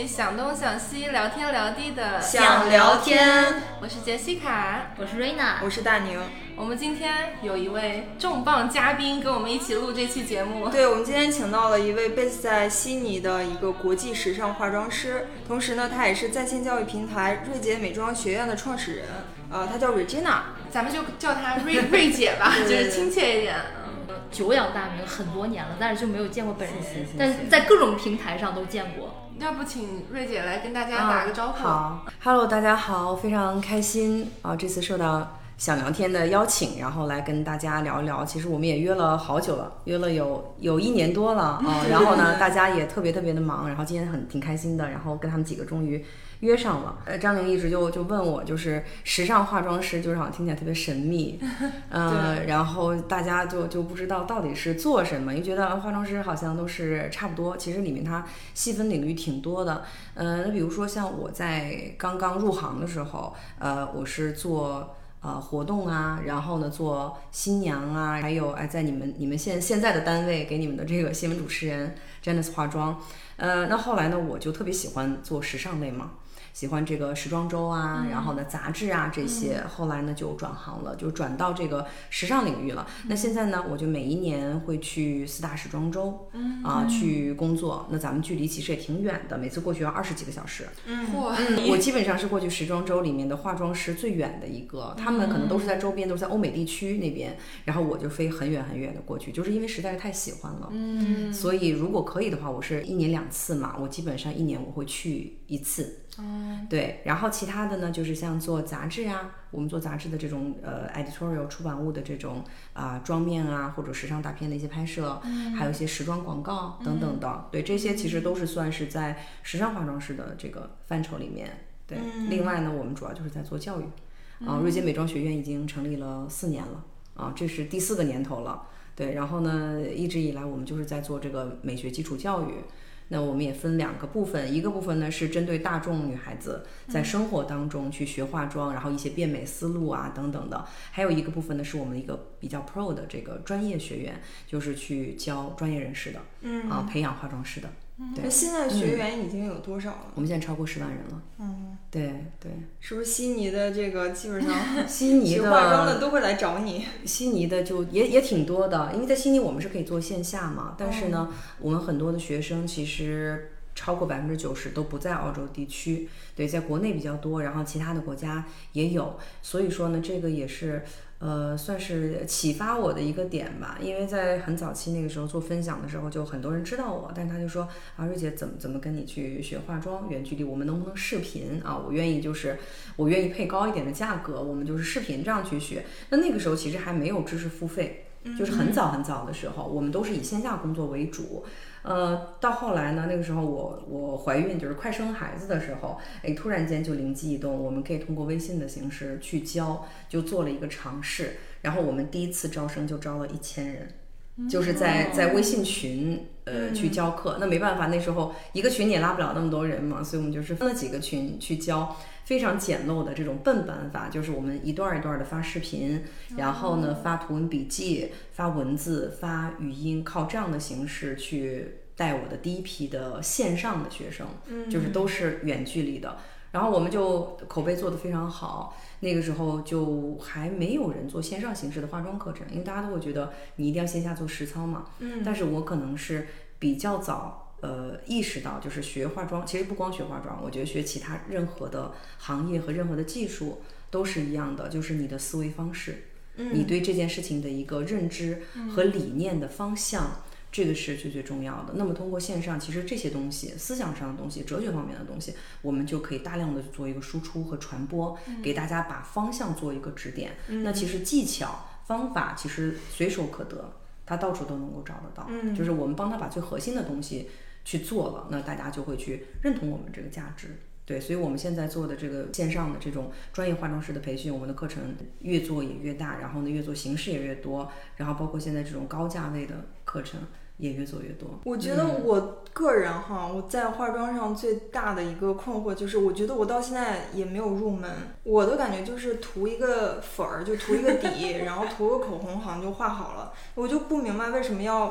想东想西聊天聊地的想聊天。 我是杰西卡， 我是瑞娜， 我是大宁。 我们今天有一位重磅嘉宾跟我们一起录这期节目。 对，我们今天请到了一位 base 在悉尼的一个国际时尚化妆师，同时呢，他也是在线教育平台瑞姐美妆学院的创始人。他叫 Regina， 咱们就叫她瑞姐吧，就是亲切一点。 久仰大名很多年了，但是就没有见过本人，但是在各种平台上都见过。 要不请瑞姐来跟大家打个招呼。 好 ，Hello， 大家好，非常开心啊！这次受到想聊天的邀请，然后来跟大家聊一聊。其实我们也约了好久了，约了有1年多了啊。然后呢，大家也特别的忙，然后今天挺开心的，然后跟他们几个终于约上了。张宁一直就问我，就是时尚化妆师，就是好像听起来特别神秘，然后大家就不知道到底是做什么，因为觉得化妆师好像都是差不多，其实里面它细分领域挺多的。那比如说像我在刚刚入行的时候，我是做活动啊，然后呢做新娘啊，还有在你们现在的单位给你们的这个新闻主持人 Janice 化妆。那后来呢，我就特别喜欢做时尚类嘛。喜欢这个时装周啊，然后呢杂志啊这些，后来呢就转行了，就转到这个时尚领域了。那现在呢，我就每一年会去4大时装周，去工作。那咱们距离其实也挺远的，每次过去要20几个小时。我基本上是过去时装周里面的化妆师最远的一个，他们可能都是在周边，都是在欧美地区那边，然后我就飞很远的过去，就是因为实在是太喜欢了。所以如果可以的话，我是1年2次嘛，我基本上1年我会去1次。对，然后其他的呢，就是像做杂志啊，我们做杂志的这种editorial 出版物的这种妆面啊，或者时尚大片的一些拍摄，还有一些时装广告等等的。对，这些其实都是算是在时尚化妆师的这个范畴里面。对，另外呢，我们主要就是在做教育。瑞姐美妆学院已经成立了4年了这是第4个年头了。对，然后呢，一直以来我们就是在做这个美学基础教育。那我们也分2个部分，一个部分呢是针对大众女孩子在生活当中去学化妆，然后一些变美思路啊等等的，还有一个部分呢是我们一个比较 pro 的这个专业学院，就是去教专业人士的，培养化妆师的。对， 现在学员已经有多少了？ 我们现在超过10万人了。对， 是不是悉尼的这个基本上悉尼的学化妆的都会来找你？ 悉尼的就也挺多的，因为在悉尼我们是可以做线下嘛，但是呢，我们很多的学生其实超过90%都不在澳洲地区，对，在国内比较多，然后其他的国家也有，所以说呢，这个也是算是启发我的一个点吧。因为在很早期那个时候做分享的时候，就很多人知道我，但是他就说瑞姐怎么跟你去学化妆，远距离我们能不能视频啊？我愿意配高一点的价格，我们就是视频这样去学。那个时候其实还没有知识付费。就是很早的时候，我们都是以线下工作为主。到后来呢，那个时候我怀孕，就是快生孩子的时候，突然间就灵机一动，我们可以通过微信的形式去教，就做了一个尝试。然后我们第1次招生就招了1000人。就是在微信群去教课。那没办法，那时候一个群也拉不了那么多人嘛，所以我们就是分了几个群去教。非常简陋的这种笨办法，就是我们一段一段的发视频，然后呢发图文笔记、发文字、发语音，靠这样的形式去带我的第一批的线上的学生，就是都是远距离的。然后我们就口碑做得非常好，那个时候就还没有人做线上形式的化妆课程，因为大家都会觉得你一定要线下做实操嘛。但是我可能是比较早意识到，就是学化妆，其实不光学化妆，我觉得学其他任何的行业和任何的技术都是一样的，就是你的思维方式，你对这件事情的一个认知和理念的方向，这个是最重要的。那么通过线上，其实这些东西，思想上的东西、哲学方面的东西，我们就可以大量的做一个输出和传播，给大家把方向做一个指点。那其实技巧方法其实随手可得，它到处都能够找得到。就是我们帮他把最核心的东西去做了，那大家就会去认同我们这个价值。对，所以我们现在做的这个线上的这种专业化妆师的培训，我们的课程越做也越大，然后呢越做形式也越多，然后包括现在这种高价位的课程也越做越多。 我觉得我个人我在化妆上最大的一个困惑就是，我觉得我到现在也没有入门。我的感觉就是涂一个粉儿，就涂一个底，然后涂个口红，好像就画好了。我就不明白为什么要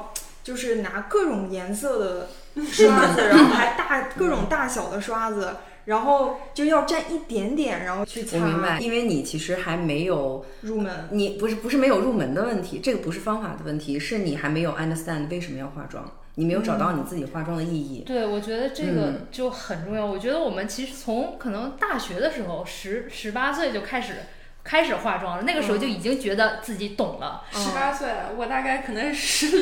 就是拿各种颜色的刷子，然后还各种大小的刷子，然后就要蘸一点点，然后去擦。 我明白，因为你其实还没有入门， 你不是没有入门的问题，这个不是方法的问题，是你还没有 understand 为什么要化妆。你没有找到你自己化妆的意义。 对，我觉得这个就很重要。我觉得我们其实从可能大学的时候18岁就开始化妆了，那个时候就已经觉得自己懂了。 18岁，我大概可能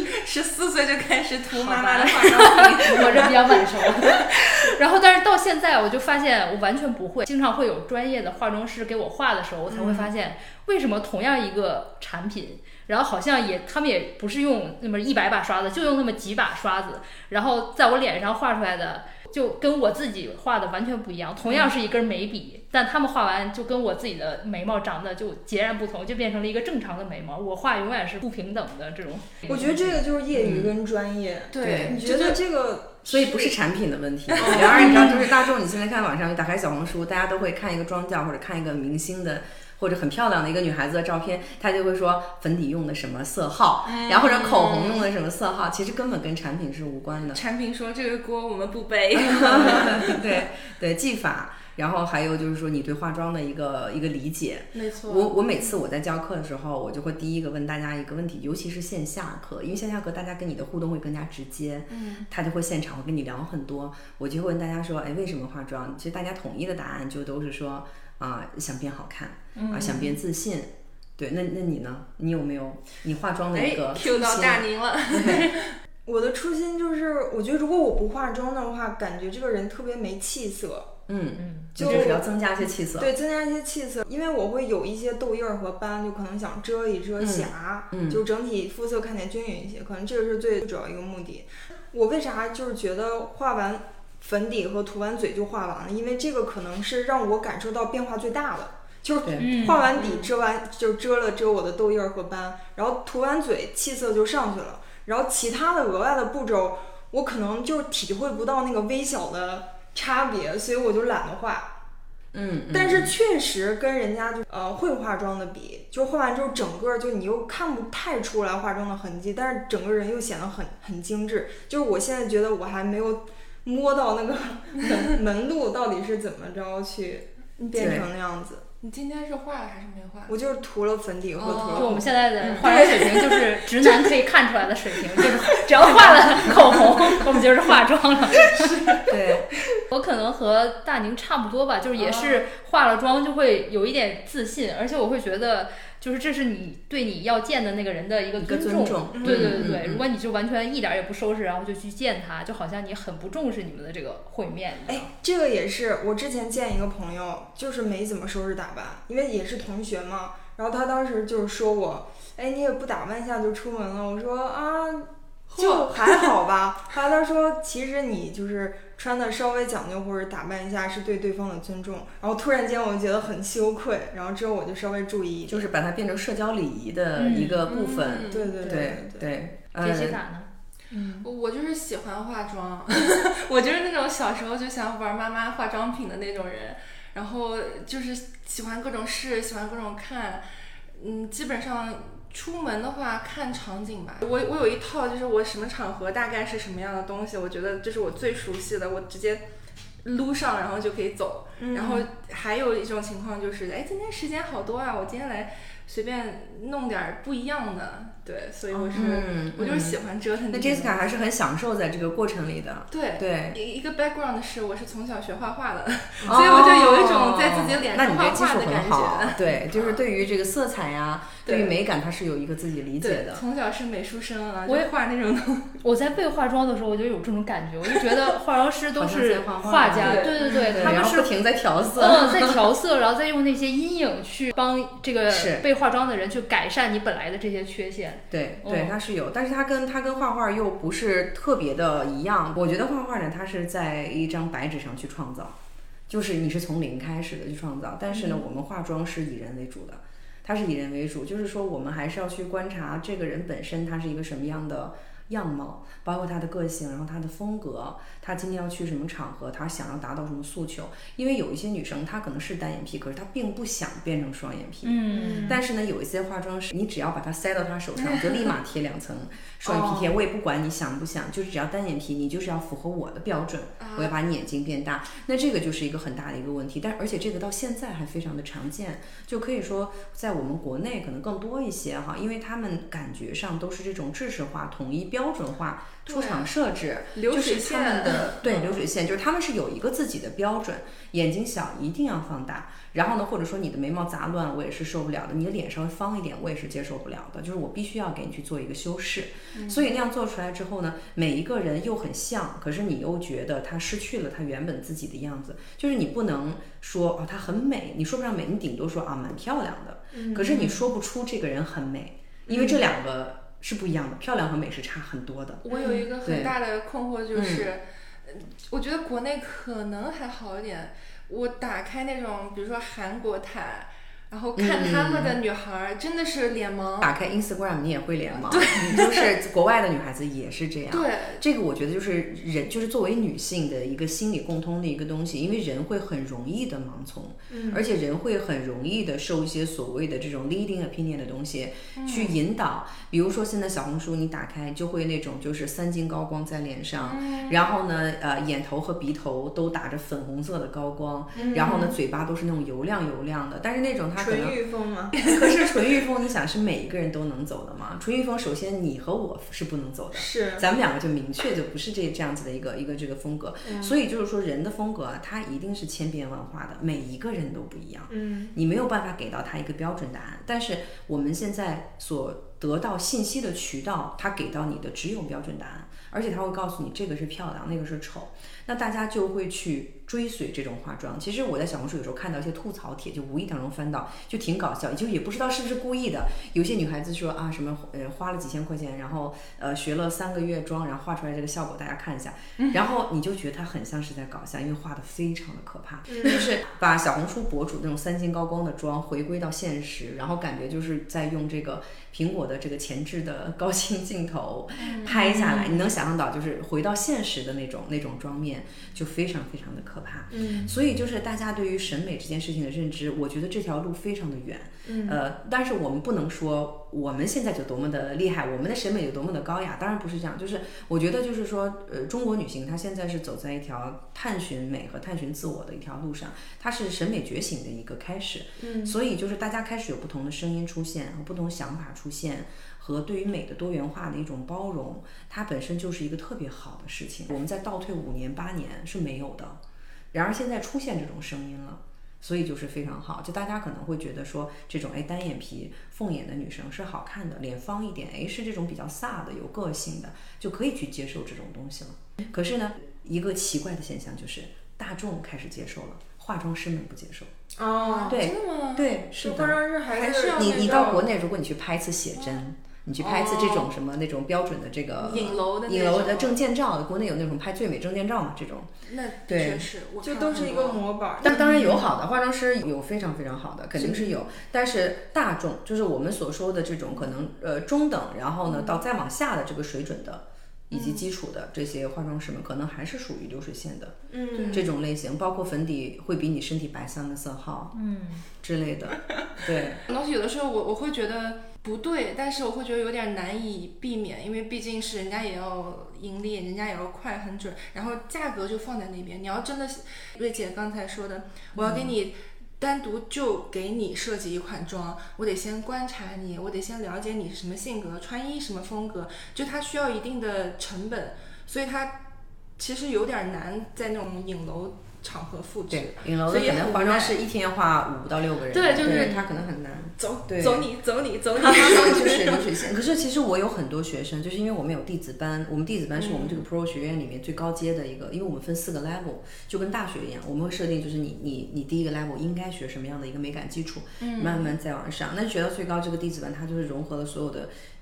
14岁就开始涂妈妈的化妆品， 我这比较晚熟。然后，但是到现在我就发现我完全不会，经常会有专业的化妆师给我画的时候，我才会发现为什么同样一个产品。然后好像他们也不是用那么100把刷子，就用那么几把刷子，然后在我脸上画出来的就跟我自己画的完全不一样。同样是一根眉笔，但他们画完就跟我自己的眉毛长得就截然不同，就变成了一个正常的眉毛。我画永远是不平等的这种。 我觉得这个就是业余跟专业。 对， 你觉得这个？ 所以不是产品的问题。然而你知道，就是大众，你现在看网上，你打开小红书，大家都会看一个妆教或者看一个明星的。或者很漂亮的一个女孩子的照片，她就会说粉底用的什么色号，然后或者口红用的什么色号，其实根本跟产品是无关的。 产品说这个锅我们不背。 对，技法，然后还有就是说你对化妆的一个理解。 没错。 我每次我在教课的时候，我就会第一个问大家一个问题，尤其是线下课，因为线下课大家跟你的互动会更加直接，他就会现场会跟你聊很多。我就会问大家说，哎，为什么化妆？其实大家统一的答案就都是说。想变好看想变自信。对，那你呢？你有没有你化妆的一个初心 ？Q 到大宁了。 我的初心就是，我觉得如果我不化妆的话，感觉这个人特别没气色。 就是要增加一些气色。 对，增加一些气色，因为我会有一些痘印和斑，就可能想遮一遮瑕，就整体肤色看起来均匀一些，可能这个是最主要一个目的。我为啥就是觉得画完粉底和涂完嘴就画完了，因为这个可能是让我感受到变化最大的，就是画完底遮完就遮我的痘印和斑，然后涂完嘴气色就上去了，然后其他的额外的步骤我可能就体会不到那个微小的差别，所以我就懒得画。但是确实跟人家会化妆的比，就画完之后整个就你又看不太出来化妆的痕迹，但是整个人又显得很精致。就是我现在觉得我还没有摸到那个门路到底是怎么着去变成那样子。 你今天是画了还是没画？ 我就是涂了粉底和涂了。 就我们现在的化妆水平就是直男可以看出来的水平，就是只要画了口红，我们就是化妆了。 对， 我可能和大宁差不多吧，就是也是化了妆就会有一点自信，而且我会觉得。就是这是你对你要见的那个人的一个尊重。对，如果你就完全一点也不收拾，然后就去见他，就好像你很不重视你们的这个会面。 这个也是我之前见一个朋友，就是没怎么收拾打扮，因为也是同学嘛。然后他当时就是说我，你也不打扮一下就出门了。我说就还好吧。后来他说，其实你就是穿的稍微讲究或者打扮一下是对对方的尊重。然后突然间我就觉得很羞愧，然后之后我就稍微注意一点， 就是把它变成社交礼仪的一个部分。 对。 杰西卡呢？ 我就是喜欢化妆，我就是那种小时候就想玩妈妈化妆品的那种人，然后就是喜欢各种试，喜欢各种看，基本上。出门的话看场景吧，我有一套，就是我什么场合大概是什么样的东西，我觉得这是我最熟悉的，我直接撸上然后就可以走。然后还有一种情况就是，今天时间好多啊，我今天来随便弄点不一样的。对，所以我就是喜欢折腾。 那 Jessica 还是很享受在这个过程里的。 对，一个 background 是我是从小学画画的，所以我就有一种在自己脸上画画的感觉。 对，就是对于这个色彩呀，对于美感，它是有一个自己理解的。 从小是美术生啊，就画那种东西。 我在背化妆的时候，我就有这种感觉，我就觉得化妆师都是画家，对，他们是不停在调色， 在调色，然后再用那些阴影去帮这个被化妆的人去改善你本来的这些缺陷。 对，它是有，但是它跟画画又不是特别的一样。我觉得画画呢，它是在一张白纸上去创造，就是你是从零开始的去创造。但是呢，我们化妆是以人为主的，它是以人为主，就是说我们还是要去观察这个人本身他是一个什么样的样貌，包括她的个性，然后她的风格，她今天要去什么场合，她想要达到什么诉求。因为有一些女生她可能是单眼皮，可是她并不想变成双眼皮。但是呢，有一些化妆师，你只要把它塞到她手上，就立马贴2层双眼皮贴。我也不管你想不想，就是只要单眼皮，你就是要符合我的标准，我要把你眼睛变大。那这个就是一个很大的一个问题，而且这个到现在还非常的常见，就可以说在我们国内可能更多一些哈，因为他们感觉上都是这种制式化、统一标准化出厂设置，就是他们的对流水线，就是他们是有一个自己的标准，眼睛小一定要放大，然后呢，或者说你的眉毛杂乱，我也是受不了的；你的脸稍微方一点，我也是接受不了的，就是我必须要给你去做一个修饰。所以那样做出来之后呢，每一个人又很像，可是你又觉得他失去了他原本自己的样子，就是你不能说她很美，你说不上美，你顶多说蛮漂亮的，可是你说不出这个人很美，因为这两个是不一样的，漂亮和美是差很多的。 我有一个很大的困惑就是，我觉得国内可能还好一点，我打开那种比如说韩国台，然后看他们的女孩真的是脸盲。 打开 Instagram 你也会脸盲，你就是国外的女孩子也是这样。 对， 这个我觉得就是人，就是作为女性的一个心理共通的一个东西，因为人会很容易的盲从，而且人会很容易的受一些所谓的这种 leading opinion 的东西去引导。比如说现在小红书你打开就会那种就是3斤高光在脸上，然后呢眼头和鼻头都打着粉红色的高光，然后呢嘴巴都是那种油亮油亮的，但是那种它可能纯欲风吗？ 可是纯欲风你想是每一个人都能走的吗？纯欲风首先你和我是不能走的， 是咱们两个就明确就不是这样子的一个这个风格，所以就是说人的风格啊，它一定是千变万化的，每一个人都不一样，你没有办法给到他一个标准答案，但是我们现在所得到信息的渠道，它给到你的只有标准答案，而且它会告诉你这个是漂亮，那个是丑，那大家就会去追随这种化妆。其实我在小红书有时候看到一些吐槽帖，就无意当中翻到，就挺搞笑，就也不知道是不是故意的。有些女孩子说啊什么花了几千块钱，然后学了3个月妆，然后画出来这个效果大家看一下，然后你就觉得她很像是在搞笑，因为画的非常的可怕，就是把小红书博主那种3斤高光的妆回归到现实，然后感觉就是在用这个苹果的这个前置的高清镜头拍下来，你能想象到就是回到现实的那种妆面，就非常非常的可怕。所以就是大家对于审美这件事情的认知，我觉得这条路非常的远。但是我们不能说我们现在就多么的厉害，我们的审美有多么的高雅，当然不是这样。就是我觉得就是说，中国女性她现在是走在一条探寻美和探寻自我的一条路上，它是审美觉醒的一个开始。所以就是大家开始有不同的声音出现，和不同想法出现，和对于美的多元化的一种包容，它本身就是一个特别好的事情。我们在倒退5年8年是没有的，然而现在出现这种声音了，所以就是非常好。就大家可能会觉得说这种单眼皮凤眼的女生是好看的，脸方一点是这种比较飒的有个性的，就可以去接受这种东西了。可是呢，一个奇怪的现象就是大众开始接受了，化妆师们不接受。对， 真的吗？ 对，是的。 化妆师还是你到国内，如果你去拍一次写真，你去拍一次这种什么那种标准的这个影楼的证件照，国内有那种拍最美证件照嘛，这种那确实就都是一个模板。 但当然有好的化妆师，有非常非常好的，肯定是有。但是大众就是我们所说的这种可能中等，然后呢到再往下的这个水准的。以及基础的这些化妆师们，可能还是属于流水线的，这种类型，包括粉底会比你身体白3个色号，之类的，对。 东西有的时候我会觉得不对，但是我会觉得有点难以避免，因为毕竟是人家也要盈利，人家也要快很准，然后价格就放在那边。你要真的，瑞姐刚才说的，我要给你。单独就给你设计一款妆，我得先观察你，我得先了解你是什么性格，穿衣什么风格，就它需要一定的成本，所以它其实有点难在那种影楼场合复制。 对，影楼的可能化妆师一天要画5到6个人， 对，就是他可能很难。 走你， 就是流水线。可是其实我有很多学生，就是因为我们有弟子班，我们弟子班是我们这个 Pro 学院里面最高阶的一个，因为我们分4个 level， 就跟大学一样，我们会设定就是你第一个 level 应该学什么样的一个美感基础，慢慢再往上。那学到最高这个弟子班，它就是融合了所有的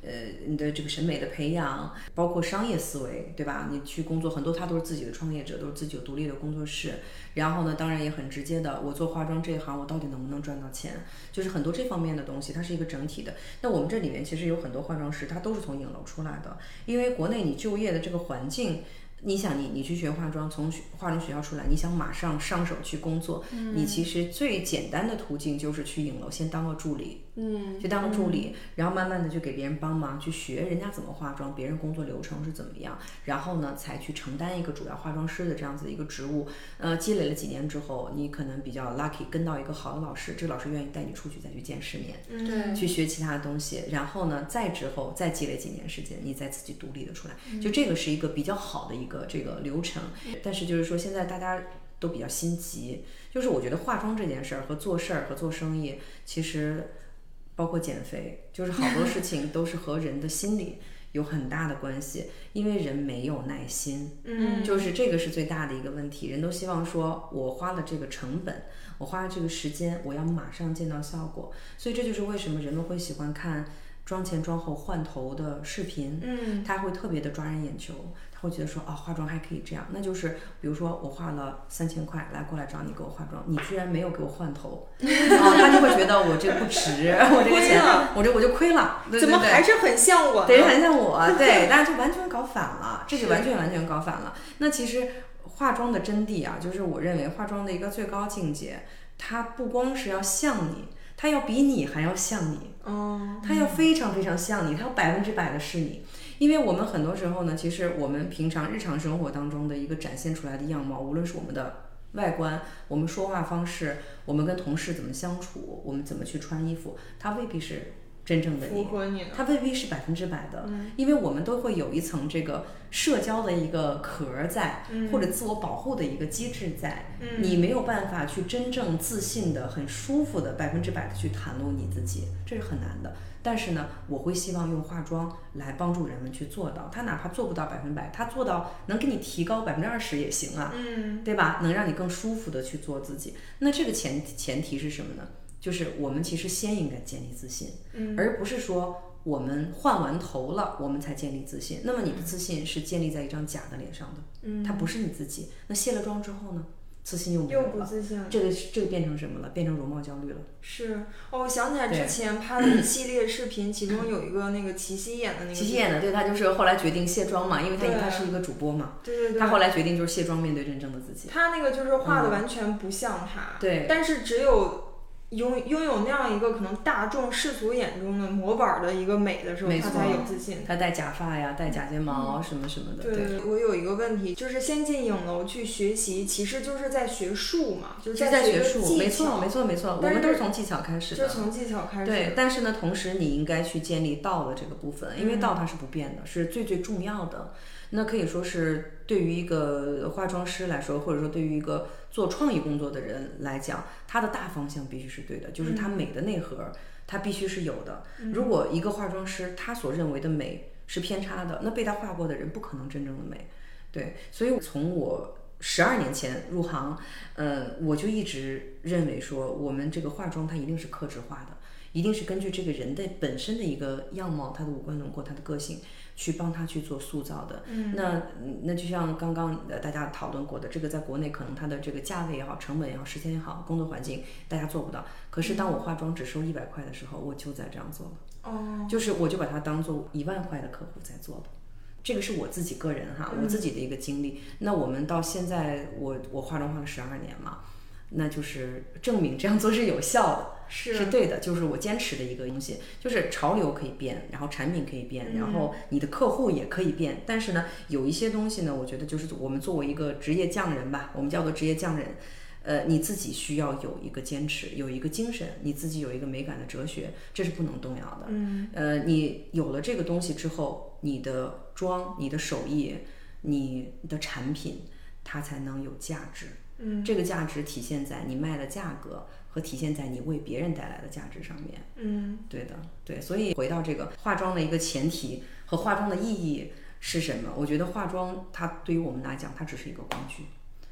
你的这个审美的培养，包括商业思维，对吧？你去工作很多，他都是自己的创业者，都是自己有独立的工作室。然后呢，当然也很直接的，我做化妆这一行，我到底能不能赚到钱？就是很多这方面的东西，它是一个整体的。那我们这里面其实有很多化妆师，他都是从影楼出来的，因为国内你就业的这个环境。你想你去学化妆，从化妆学校出来，你想马上上手去工作，你其实最简单的途径就是去影楼先当个助理，去当个助理，然后慢慢的就给别人帮忙，去学人家怎么化妆，别人工作流程是怎么样，然后呢才去承担一个主要化妆师的这样子的一个职务。积累了几年之后，你可能比较 lucky 跟到一个好的老师，这个老师愿意带你出去再去见世面， 对， 去学其他的东西，然后呢再之后再积累几年时间，你再自己独立的出来，就这个是一个比较好的一个这个流程。但是就是说现在大家都比较心急，就是我觉得化妆这件事儿和做事儿和做生意，其实包括减肥，就是好多事情都是和人的心理有很大的关系，因为人没有耐心，就是这个是最大的一个问题。人都希望说我花了这个成本，我花了这个时间，我要马上见到效果，所以这就是为什么人们会喜欢看妆前妆后换头的视频，他会特别的抓人眼球，他会觉得说化妆还可以这样，那就是比如说我花了3000块过来找你给我化妆，你居然没有给我换头，他就会觉得我这个不值，我这个钱我就亏了，对对对， 怎么还是很像我呢？ 对，很像我，对，大家就完全搞反了，这就完全搞反了。那其实化妆的真谛啊，就是我认为化妆的一个最高境界，它不光是要像你，它要比你还要像你，它要非常非常像你，它要100%的是你。因为我们很多时候呢，其实我们平常日常生活当中的一个展现出来的样貌，无论是我们的外观，我们说话方式，我们跟同事怎么相处，我们怎么去穿衣服，它未必是真正的符合你， 它未必是100%的，因为我们都会有一层这个社交的一个壳在，或者自我保护的一个机制在，你没有办法去真正自信的、很舒服的100%的去袒露你自己，这是很难的。但是呢，我会希望用化妆来帮助人们去做到，他哪怕做不到100%，他做到能给你提高20%也行啊，对吧？能让你更舒服的去做自己。那这个前提是什么呢？就是我们其实先应该建立自信，而不是说我们换完头了我们才建立自信。那么你的自信是建立在一张假的脸上的，它不是你自己。那卸了妆之后呢？自信又没有了， 又不自信了， 这个变成什么了？变成容貌焦虑了。 是我想起来之前拍了一系列视频，其中有一个那个齐溪演的那个。 齐溪演的，对，他就是后来决定卸妆嘛，因为他是一个主播嘛。 对。 他后来决定就是卸妆，面对真正的自己。 他那个就是画的完全不像他， 对。 但是只有拥有那样一个可能大众世俗眼中的模板的一个美的时候，他才有自信。 他戴假发呀，戴假睫毛什么什么的。 对，我有一个问题，就是先进影楼去学习，其实就是在学术嘛，就是在学术， 技巧。没错，我们都是从技巧开始的。 就是从技巧开始。 对，但是呢，同时你应该去建立道的这个部分，因为道它是不变的，是最重要的。那可以说是对于一个化妆师来说，或者说对于一个做创意工作的人来讲，他的大方向必须是对的，就是他美的内核，它必须是有的。如果一个化妆师他所认为的美是偏差的，那被他画过的人不可能真正的美。对，所以从我12年前入行，我就一直认为说，我们这个化妆它一定是客制化的，一定是根据这个人的本身的一个样貌，他的五官轮廓，他的个性，去帮他去做塑造的。那就像刚刚大家讨论过的，这个在国内可能它的这个价位也好，成本也好，时间也好，工作环境大家做不到。可是当我化妆只收100块的时候，我就在这样做了。就是我就把它当做1万块的客户在做了。这个是我自己个人哈，我自己的一个经历。那我们到现在，我化妆化了12年嘛，那就是证明这样做是有效的。是对的，就是我坚持的一个东西，就是潮流可以变，然后产品可以变，然后你的客户也可以变，但是呢，有一些东西呢，我觉得就是我们作为一个职业匠人吧，我们叫做职业匠人，你自己需要有一个坚持，有一个精神，你自己有一个美感的哲学，这是不能动摇的。你有了这个东西之后，你的妆、你的手艺、你的产品，它才能有价值。这个价值体现在你卖的价格和体现在你为别人带来的价值上面。对的，对。所以回到这个化妆的一个前提和化妆的意义是什么？我觉得化妆它对于我们来讲，它只是一个工具。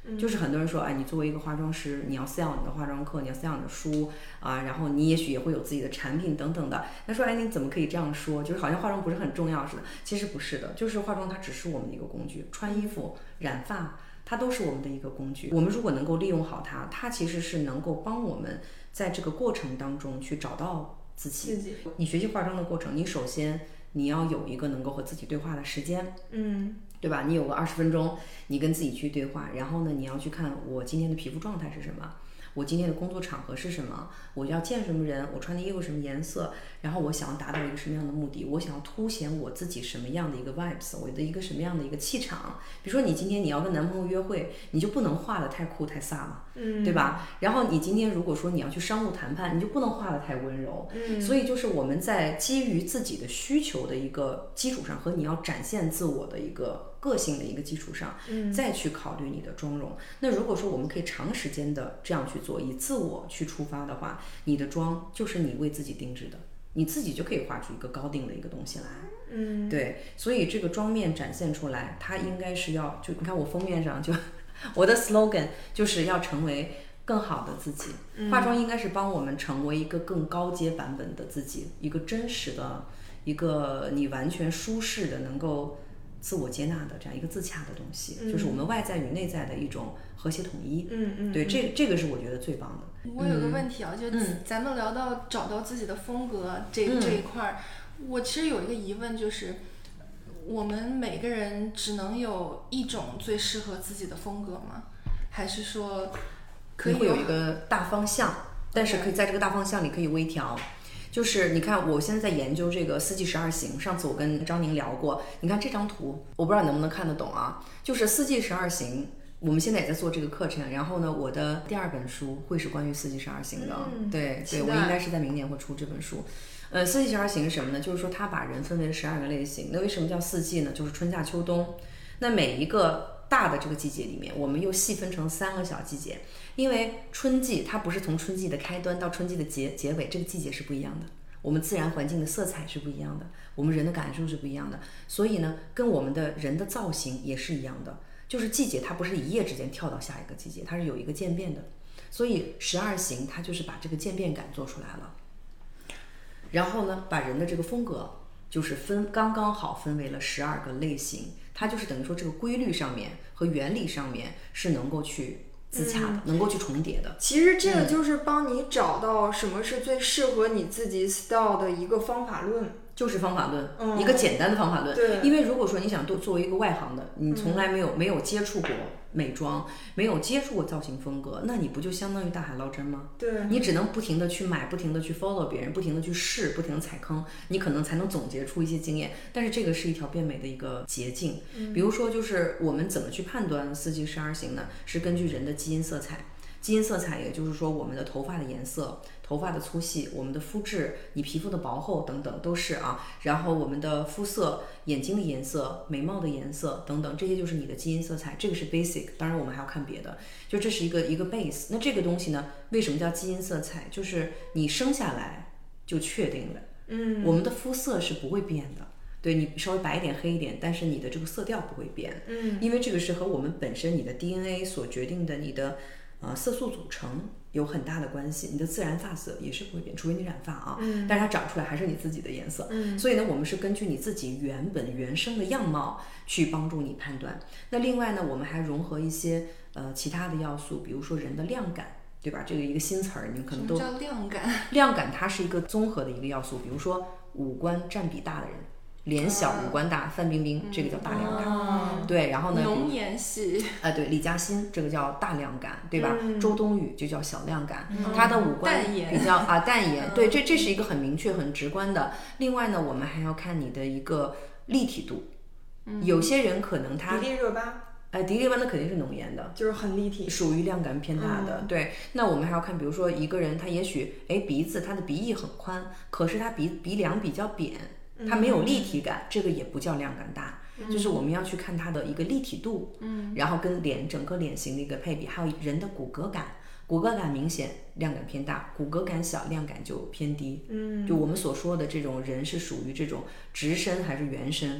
就是很多人说，哎，你作为一个化妆师，你要 sell 你的化妆课，你要 sell 你的书啊，然后你也许也会有自己的产品等等的。他说，哎，你怎么可以这样说？就是好像化妆不是很重要似的。其实不是的，就是化妆它只是我们的一个工具，穿衣服、染发，它都是我们的一个工具。我们如果能够利用好它，它其实是能够帮我们在这个过程当中去找到自己。你学习化妆的过程，你首先你要有一个能够和自己对话的时间，对吧？你有个20分钟，你跟自己去对话，然后呢，你要去看我今天的皮肤状态是什么，我今天的工作场合是什么，我要见什么人，我穿的衣服什么颜色，然后我想要达到一个什么样的目的，我想要凸显我自己什么样的一个 vibes， 我的一个什么样的一个气场。比如说你今天你要跟男朋友约会，你就不能画得太酷太飒嘛，对吧？然后你今天如果说你要去商务谈判，你就不能画得太温柔。所以就是我们在基于自己的需求的一个基础上，和你要展现自我的一个个性的一个基础上，再去考虑你的妆容。那如果说我们可以长时间的这样去做，以自我去出发的话，你的妆就是你为自己定制的，你自己就可以画出一个高定的一个东西来。对，所以这个妆面展现出来，它应该是要，就你看我封面上就我的 slogan 就是要成为更好的自己。化妆应该是帮我们成为一个更高阶版本的自己，一个真实的，一个你完全舒适的，能够自我接纳的这样一个自洽的东西，就是我们外在与内在的一种和谐统一。对，这个是我觉得最棒的。 我有个问题啊，就咱们聊到找到自己的风格这一块，我其实有一个疑问，就是我们每个人只能有一种最适合自己的风格吗？还是说可以会有一个大方向，但是可以在这个大方向里可以微调。就是你看，我现在在研究这个4季12型。上次我跟张宁聊过，你看这张图，我不知道你能不能看得懂啊？就是4季12型，我们现在也在做这个课程。然后呢，我的第2本书会是关于4季12型的。对，我应该是在明年会出这本书。4季12型是什么呢？就是说它把人分为了12个类型。那为什么叫4季呢？就是春夏秋冬。那每一个大的这个季节里面，我们又细分成3个小季节。因为春季它不是从春季的开端到春季的结尾，这个季节是不一样的。我们自然环境的色彩是不一样的，我们人的感受是不一样的。所以呢，跟我们的人的造型也是一样的。就是季节它不是一夜之间跳到下一个季节，它是有一个渐变的。所以12型它就是把这个渐变感做出来了。然后呢，把人的这个风格就是刚刚好分为了12个类型。它就是等于说这个规律上面和原理上面是能够去自洽的，能够去重叠的。 其实这个就是帮你找到什么是最适合你自己 style 的一个方法论。 就是方法论，一个简单的方法论。 对， 因为如果说你想作为一个外行的，你从来没有接触过美妆，没有接触过造型风格，那你不就相当于大海捞针吗？ 对， 你只能不停的去买，不停的去 follow 别人，不停的去试，不停的踩坑，你可能才能总结出一些经验。但是这个是一条变美的一个捷径。比如说，就是我们怎么去判断4季12型呢？是根据人的基因色彩。基因色彩也就是说我们的头发的颜色、头发的粗细、我们的肤质、你皮肤的薄厚等等都是啊。然后我们的肤色、眼睛的颜色、眉毛的颜色等等，这些就是你的基因色彩，这个是 basic。当然我们还要看别的，就这是一个 base。那这个东西呢，为什么叫基因色彩？就是你生下来就确定了。我们的肤色是不会变的。对，你稍微白一点黑一点，但是你的这个色调不会变。因为这个是和我们本身你的 DNA 所决定的你的色素组成有很大的关系。你的自然发色也是不会变，除非你染发啊，但是它长出来还是你自己的颜色。所以呢，我们是根据你自己原生的样貌去帮助你判断。那另外呢，我们还融合一些其他的要素，比如说人的亮感，对吧？这个一个新词儿，你们可能都什么叫亮感？ 亮感它是一个综合的一个要素，比如说五官占比大的人。脸小五官大，范冰冰这个叫大亮感。对，然后呢， 浓颜系对，李嘉欣这个叫大亮感，对吧？周冬雨就叫小亮感，她的五官比较淡颜。对，这是一个很明确、很直观的。另外呢，我们还要看你的一个立体度。有些人可能他迪丽热巴。 迪丽热巴那肯定是浓颜的， 就是很立体， 属于亮感偏大的。对，那我们还要看，比如说一个人他也许鼻子他的鼻翼很宽，可是他鼻梁比较扁。它没有立体感，这个也不叫亮感大，就是我们要去看它的一个立体度，然后跟整个脸型的一个配比，还有人的骨骼感，骨骼感明显亮感偏大，骨骼感小亮感就偏低。就我们所说的这种人是属于这种直身还是圆身，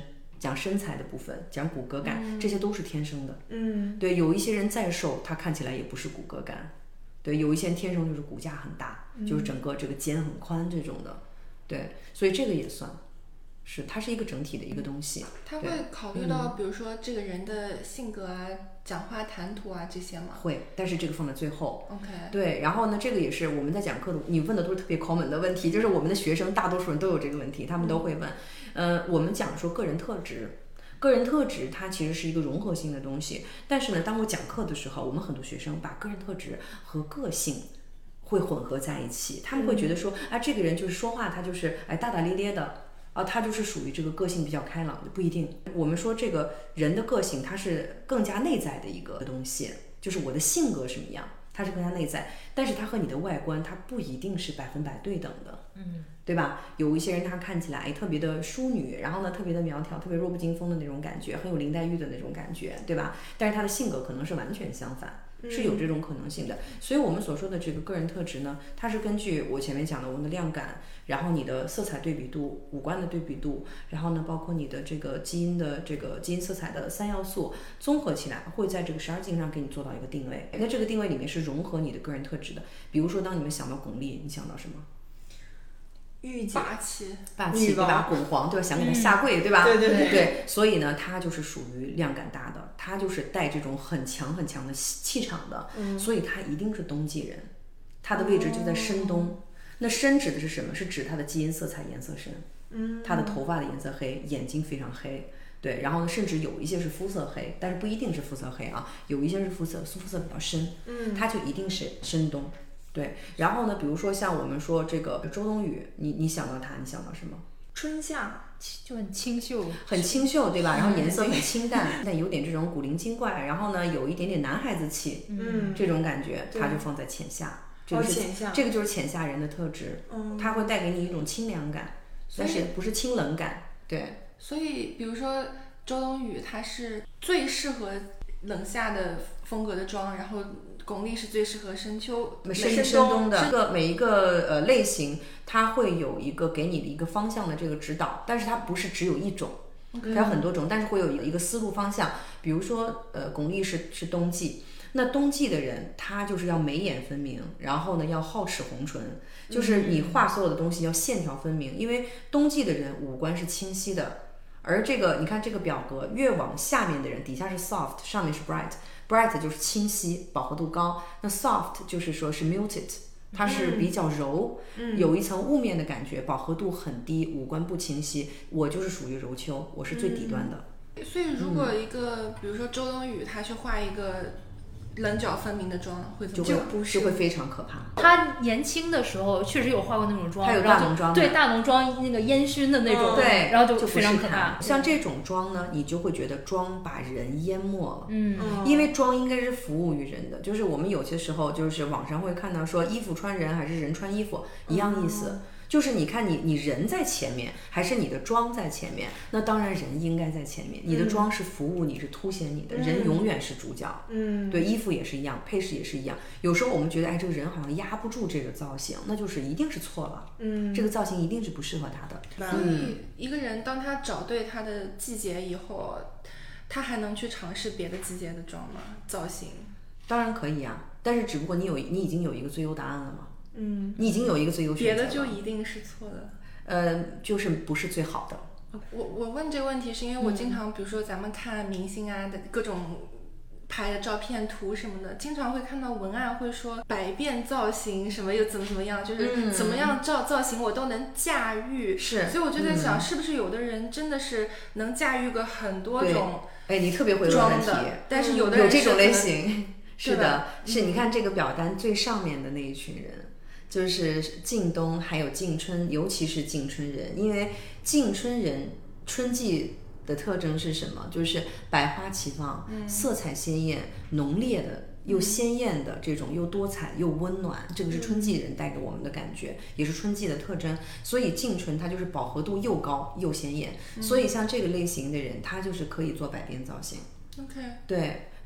讲身材的部分，讲骨骼感，这些都是天生的。 对， 有一些人再瘦，他看起来也不是骨骼感。对，有一些人天生就是骨架很大，就是整个这个肩很宽这种的。对，所以这个也算。是，它是一个整体的一个东西。 他会考虑到，比如说这个人的性格啊、讲话谈吐啊这些吗？ 会，但是这个放在最后。 OK。 对，然后呢，这个也是我们在讲课的，你问的都是特别 common 的问题，就是我们的学生大多数人都有这个问题，他们都会问。我们讲说个人特质。个人特质它其实是一个融合性的东西，但是呢，当我讲课的时候，我们很多学生把个人特质和个性会混合在一起，他们会觉得说，这个人就是说话他就是大大咧咧的。他就是属于这个个性比较开朗的，不一定。我们说这个人的个性，它是更加内在的一个东西，就是我的性格什么样，它是更加内在，但是它和你的外观，它不一定是100%对等的，对吧？有一些人他看起来特别的淑女，然后呢特别的苗条，特别弱不禁风的那种感觉，很有林黛玉的那种感觉，对吧？但是他的性格可能是完全相反。是有这种可能性的，所以我们所说的这个个人特质呢，它是根据我前面讲的我们的量感，然后你的色彩对比度、五官的对比度，然后呢，包括你的这个基因色彩的3要素综合起来，会在这个12镜上给你做到一个定位。那这个定位里面是融合你的个人特质的。比如说，当你们想到巩俐，你想到什么？ 御姐， 霸气， 对吧？巩皇，对吧？想给他下跪，对吧？ 对。 所以呢，他就是属于量感大的，他就是带这种很强很强的气场的，所以他一定是冬季人，他的位置就在深冬。那深指的是什么？是指他的基因色彩颜色深，他的头发的颜色黑，眼睛非常黑。对，然后呢，甚至有一些是肤色黑，但是不一定是肤色黑啊，有一些是肤色比较深，他就一定是深冬。对，然后呢，比如说像我们说这个周冬雨，你想到她，你想到什么？ 春夏就很清秀， 对吧？然后颜色很清淡，但有点这种古灵精怪，然后呢，有一点点男孩子气，这种感觉，它就放在浅夏。这个就是浅夏人的特质，它会带给你一种清凉感，但是不是清冷感。对， 所以比如说周冬雨，她是最适合冷夏的风格的妆，然后巩俐是最适合深冬的。每一个类型，它会有一个给你的一个方向的这个指导，但是它不是只有一种，它有很多种，但是会有一个思路方向。比如说巩俐是冬季，那冬季的人他就是要眉眼分明，然后呢要皓齿红唇，就是你画所有的东西要线条分明，因为冬季的人五官是清晰的。而这个你看这个表格越往下面的人，底下是 soft， 上面是 bright 就是清晰，饱和度高。那 soft 就是说是 muted， 它是比较柔，有一层雾面的感觉，饱和度很低，五官不清晰。我就是属于柔丘，我是最底端的。 所以如果一个比如说周冬雨，她去画一个棱角分明的妆会怎么样？ 就会非常可怕。 她年轻的时候确实有画过那种妆， 还有大浓妆， 对大浓妆那个烟熏的那种， 对， 然后就非常可怕。 像这种妆呢，你就会觉得妆把人淹没了，因为妆应该是服务于人的。就是我们有些时候就是网上会看到说衣服穿人还是人穿衣服一样意思。就是你看你人在前面还是你的妆在前面，那当然人应该在前面，你的妆是服务你，是凸显你的，人永远是主角。对，衣服也是一样，配饰也是一样。有时候我们觉得这个人好像压不住这个造型，那就是一定是错了。这个造型一定是不适合他的。 所以一个人当他找对他的季节以后，他还能去尝试别的季节的妆吗？造型当然可以啊，但是只不过你已经有一个最优答案了嘛。你已经有一个最优选择了， 别的就一定是错的。 就是不是最好的。 我问这个问题是因为我经常，比如说咱们看明星啊的各种拍的照片图什么的，经常会看到文案会说百变造型什么又怎么样，就是怎么样造型我都能驾驭。 是， 所以我就在想，是不是有的人真的是能驾驭个很多种你特别会问问题， 但是有的人有这种类型。是的，是你看这个表单最上面的那一群人。就是晋冬还有晋春，尤其是晋春人，因为晋春人春季的特征是什么？就是百花齐放，色彩鲜艳，浓烈的又鲜艳的这种又多彩又温暖，这个是春季人带给我们的感觉，也是春季的特征。所以晋春它就是饱和度又高又鲜艳，所以像这个类型的人，他就是可以做百变造型。 OK， 对。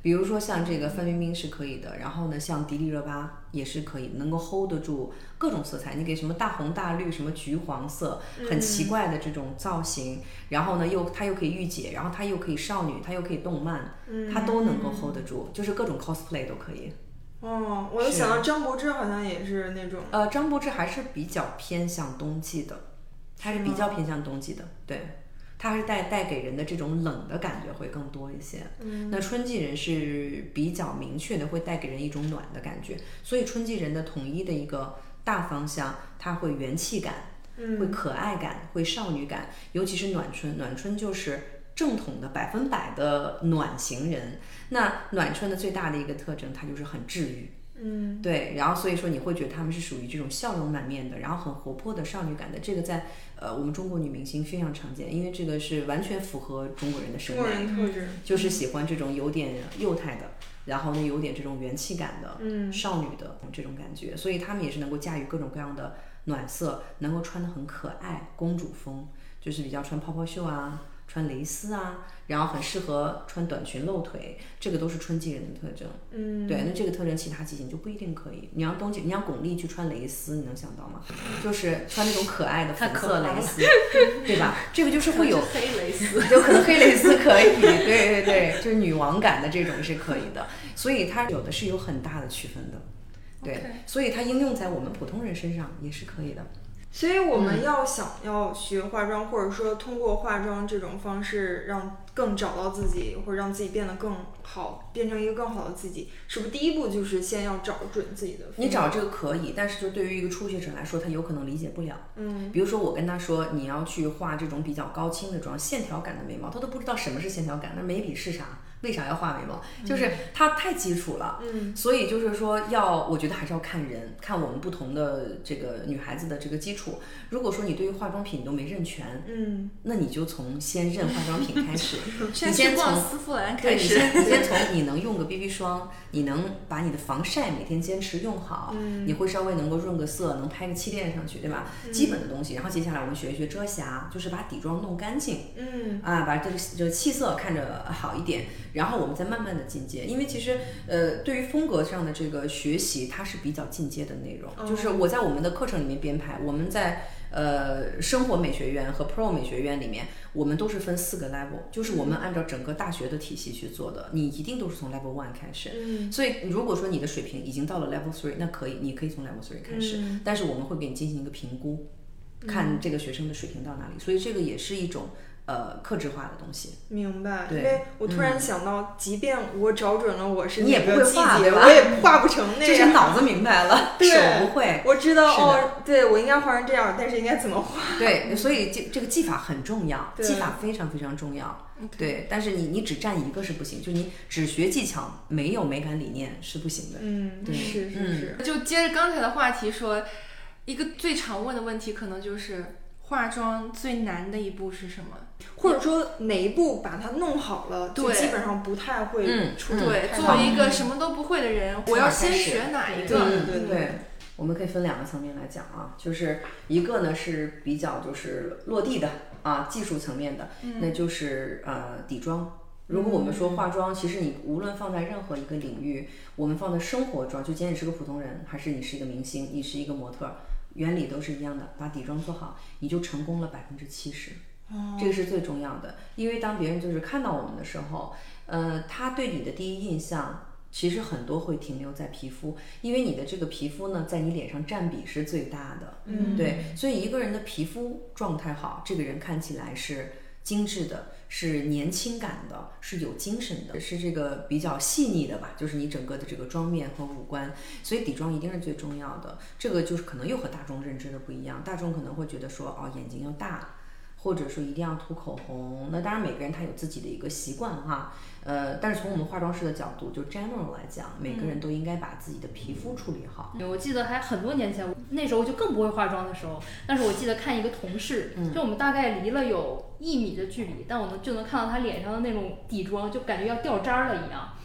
比如说像这个范冰冰是可以的，然后呢，像迪丽热巴也是可以，能够 hold 得住各种色彩。你给什么大红大绿，什么橘黄色，很奇怪的这种造型，然后呢它又可以御姐，然后它又可以少女，它又可以动漫，它都能够 hold 得住，就是各种 cosplay 都可以。 哦，我又想到张柏芝好像也是那种。 张柏芝还是比较偏向冬季的，它是比较偏向冬季的，对。它还是带给人的这种冷的感觉会更多一些。那春季人是比较明确的，会带给人一种暖的感觉。所以春季人的统一的一个大方向，它会元气感，会可爱感，会少女感，尤其是暖春。暖春就是正统的100%的暖型人。那暖春的最大的一个特征，它就是很治愈。对，然后所以说你会觉得他们是属于这种笑容满面的，然后很活泼的少女感的，这个在我们中国女明星非常常见，因为这个是完全符合中国人的审美， 中国人特质就是喜欢这种有点幼态的，然后呢有点这种元气感的，少女的这种感觉，所以他们也是能够驾驭各种各样的暖色，能够穿得很可爱，公主风，就是比较穿泡泡袖啊，穿蕾丝啊，然后很适合穿短裙露腿，这个都是春季人的特征。对，那这个特征其他季节就不一定可以。你让冬季，你让巩俐去穿蕾丝，你能想到吗？就是穿那种可爱的粉色蕾丝，对吧？这个就是会有黑蕾丝， 就可能黑蕾丝可以，对，就是女王感的这种是可以的。所以它有的是有很大的区分的，对，所以它应用在我们普通人身上也是可以的。 所以我们想要学化妆，或者说通过化妆这种方式让更找到自己，或者让自己变得更好，变成一个更好的自己，是不是第一步就是先要找准自己的风格？ 你找这个可以，但是就对于一个初学者来说，他有可能理解不了。比如说我跟他说你要去画这种比较高清的妆，线条感的眉毛，他都不知道什么是线条感，那眉笔是啥？为啥要画眉毛？就是它太基础了，所以就是说我觉得还是要看人，看我们不同的这个女孩子的这个基础。如果说你对于化妆品你都没认全，那你就从先认化妆品开始，你先从丝芙兰开始， 你先从你能用个 BB 霜，你能把你的防晒每天坚持用好，你会稍微能够润个色，能拍个气垫上去，对吧？基本的东西，然后接下来我们学一学遮瑕，就是把底妆弄干净，把这个气色看着好一点。然后我们再慢慢的进阶，因为其实对于风格上的这个学习，它是比较进阶的内容。就是我在我们的课程里面编排，我们在生活美学院和 Pro 美学院里面，我们都是分4个 level， 就是我们按照整个大学的体系去做的，你一定都是从 level 1开始。所以如果说你的水平已经到了 level 3，那可以，你可以从 level 3开始，但是我们会给你进行一个评估，看这个学生的水平到哪里。所以这个也是一种客制化的东西。 明白，因为我突然想到，即便我找准了我是你也不会画，对吧？ 我也画不成那样。 这是脑子明白了，手不会。 我知道对我应该画成这样，但是应该怎么画？ 对，所以这个技法很重要，技法非常非常重要。对，但是你只占一个是不行，就你只学技巧，没有美感理念是不行的。 对，是。 就接着刚才的话题说，一个最常问的问题可能就是化妆最难的一步是什么？ 或者说哪一步把它弄好了，就基本上不太会出错。 对，作为一个什么都不会的人，我要先学哪一个？ 对， 我们可以分2个层面来讲啊，就是一个呢是比较就是落地的啊，技术层面的，那就是底妆。如果我们说化妆，其实你无论放在任何一个领域，我们放在生活妆，就今天你是个普通人，还是你是一个明星，你是一个模特，原理都是一样的，把底妆做好，你就成功了70%。这个是最重要的，因为当别人就是看到我们的时候，他对你的第一印象其实很多会停留在皮肤，因为你的这个皮肤呢，在你脸上占比是最大的。对，所以一个人的皮肤状态好，这个人看起来是精致的，是年轻感的，是有精神的，是这个比较细腻的吧，就是你整个的这个妆面和五官，所以底妆一定是最重要的。这个就是可能又和大众认知的不一样，大众可能会觉得说眼睛要大，或者说一定要涂口红，那当然每个人他有自己的一个习惯哈，但是从我们化妆师的角度，就 general 来讲，每个人都应该把自己的皮肤处理好。 我记得还很多年前，那时候就更不会化妆的时候，但是我记得看一个同事，就我们大概离了有1米的距离，但我就能看到他脸上的那种底妆，就感觉要掉渣了一样。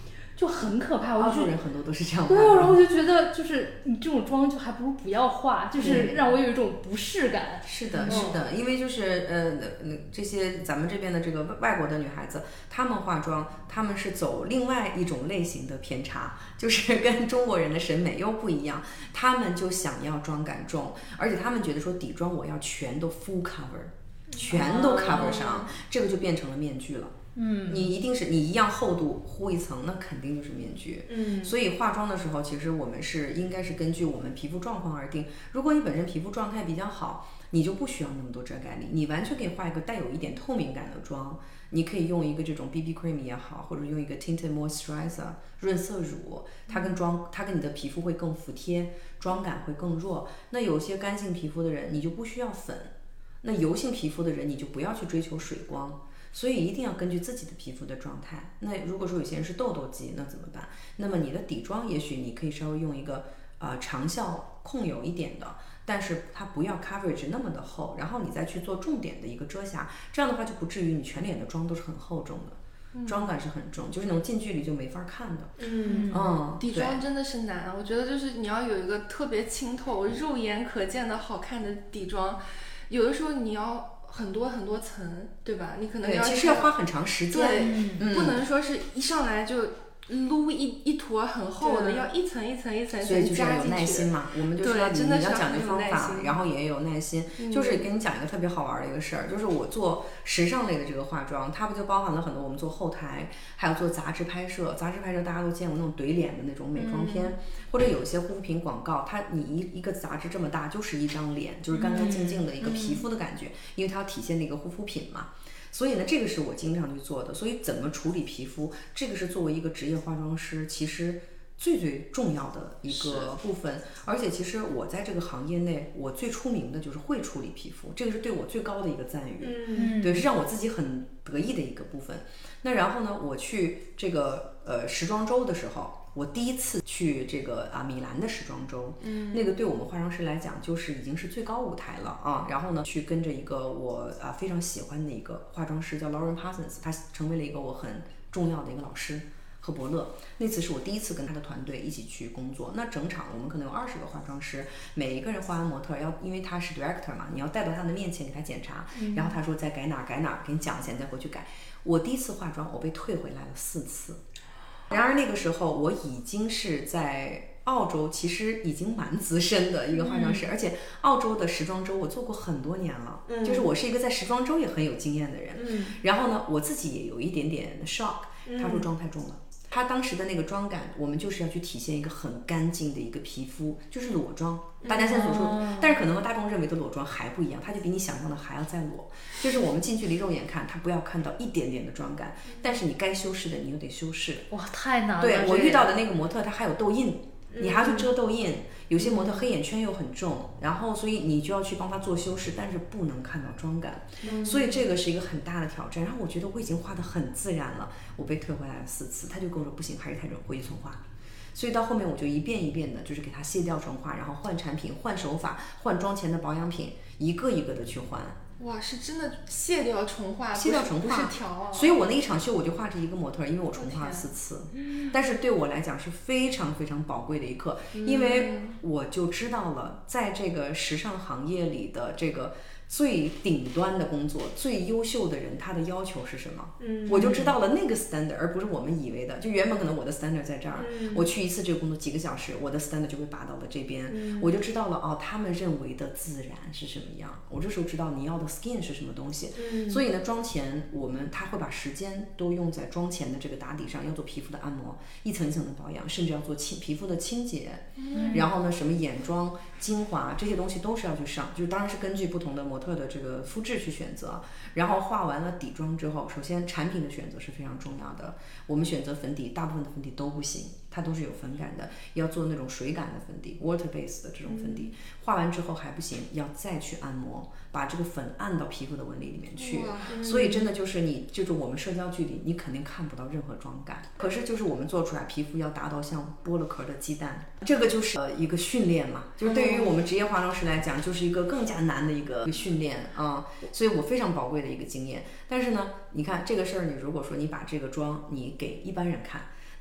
就很可怕。我澳就洲人很多都是这样。 对啊，然后我就觉得就是你这种妆就还不如不要化，就是让我有一种不适感。 是的，是的，因为就是这些咱们这边的这个外国的女孩子，她们化妆，她们是走另外一种类型的偏差，就是跟中国人的审美又不一样，她们就想要妆感重，而且她们觉得说底妆我要全都 full cover， 全都 cover 上，这个就变成了面具了。你一定是你一样厚度糊一层，那肯定就是面具。所以化妆的时候，其实我们应该是根据我们皮肤状况而定。如果你本身皮肤状态比较好，你就不需要那么多遮盖力，你完全可以画一个带有一点透明感的妆。你可以用一个这种 BB cream 也好，或者用一个 tinted moisturizer 润色乳，它跟你的皮肤会更服帖，妆感会更弱。那有些干性皮肤的人，你就不需要粉；那油性皮肤的人，你就不要去追求水光。所以一定要根据自己的皮肤的状态。那如果说有些人是痘痘肌，那怎么办？那么你的底妆也许你可以稍微用一个长效控油一点的，但是它不要 coverage 那么的厚，然后你再去做重点的一个遮瑕，这样的话就不至于你全脸的妆都是很厚重的。妆感是很重，就是那种近距离就没法看的。 底妆真的是难，我觉得就是你要有一个特别清透、肉眼可见的好看的底妆，有的时候你要很多很多层，对吧？你可能其实要花很长时间， 不能说是一上来就撸一坨很厚的，要一层一层一层加进去。 所以就是要有耐心嘛，我们就说你要讲究方法，然后也有耐心。就是跟你讲一个特别好玩的一个事儿，就是我做时尚类的这个化妆，它不就包含了很多我们做后台，还有做杂志拍摄。杂志拍摄大家都见过那种怼脸的那种美妆片，或者有一些护肤品广告，你一个杂志这么大，就是一张脸，就是干干净净的一个皮肤的感觉，因为它要体现那个护肤品嘛。所以呢，这个是我经常去做的。所以怎么处理皮肤，这个是作为一个职业化妆师，其实最重要的一个部分。而且其实我在这个行业内，我最出名的就是会处理皮肤，这个是对我最高的一个赞誉。对，是让我自己很得意的一个部分。那然后呢，我去这个时装周的时候，我第一次去这个米兰的时装周，那个对我们化妆师来讲就是已经是最高舞台了啊。然后呢，去跟着一个我非常喜欢的一个化妆师叫 Lauren Parsons， 他成为了一个我很重要的一个老师和伯乐。那次是我第一次跟他的团队一起去工作。那整场我们可能有20个化妆师，每一个人化完模特因为他是 director 嘛，你要带到他的面前给他检查，然后他说再改哪改哪，给你讲一下，你再回去改。我第一次化妆，我被退回来了4次。然而那个时候我已经是在澳洲，其实已经蛮资深的一个化妆师，而且澳洲的时装周我做过很多年了，就是我是一个在时装周也很有经验的人。然后呢，我自己也有一点点 shock， 他说妆太重了。他当时的那个妆感，我们就是要去体现一个很干净的一个皮肤，就是裸妆。大家现在所说，但是可能和大众认为的裸妆还不一样，它就比你想象的还要再裸。就是我们近距离肉眼看，它不要看到一点点的妆感，但是你该修饰的你又得修饰。 哇，太难了！ 对，我遇到的那个模特，他还有痘印，你还要去遮痘印。有些模特黑眼圈又很重，然后所以你就要去帮他做修饰，但是不能看到妆感，所以这个是一个很大的挑战。然后我觉得我已经画得很自然了，我被退回来了4次，他就跟我说不行，还是太重，回去重画。所以到后面我就一遍一遍的，就是给他卸掉重画，然后换产品、换手法、换妆前的保养品，一个一个的去换。 哇，是真的卸掉重画， 卸掉重画， 不是调啊。 所以我那一场秀我就画着一个模特，因为我重画了4次。但是对我来讲是非常非常宝贵的一课，因为我就知道了，在这个时尚行业里的这个最顶端的工作，最优秀的人他的要求是什么？我就知道了那个 standard， 而不是我们以为的。就原本可能我的 standard 在这儿，我去一次这个工作几个小时，我的 standard 就会拔到了这边，我就知道了哦，他们认为的自然是什么样。我这时候知道你要的 skin 是什么东西。所以呢，妆前他会把时间都用在妆前的这个打底上，要做皮肤的按摩，一层一层的保养，甚至要做皮肤的清洁。然后呢，什么眼妆、精华这些东西都是要去上，就是当然是根据不同的模特的这个肤质去选择。然后化完了底妆之后，首先产品的选择是非常重要的。我们选择粉底，大部分的粉底都不行，它都是有粉感的，要做那种水感的粉底 water base 的这种粉底。化完之后还不行，要再去按摩，把这个粉按到皮肤的纹理里面去。所以真的就是就是我们社交距离你肯定看不到任何妆感，可是就是我们做出来皮肤要达到像剥了壳的鸡蛋，这个就是一个训练嘛，就是对于我们职业化妆师来讲，就是一个更加难的一个训练啊。所以我非常宝贵的一个经验。但是呢，你看这个事儿，你如果说你把这个妆你给一般人看，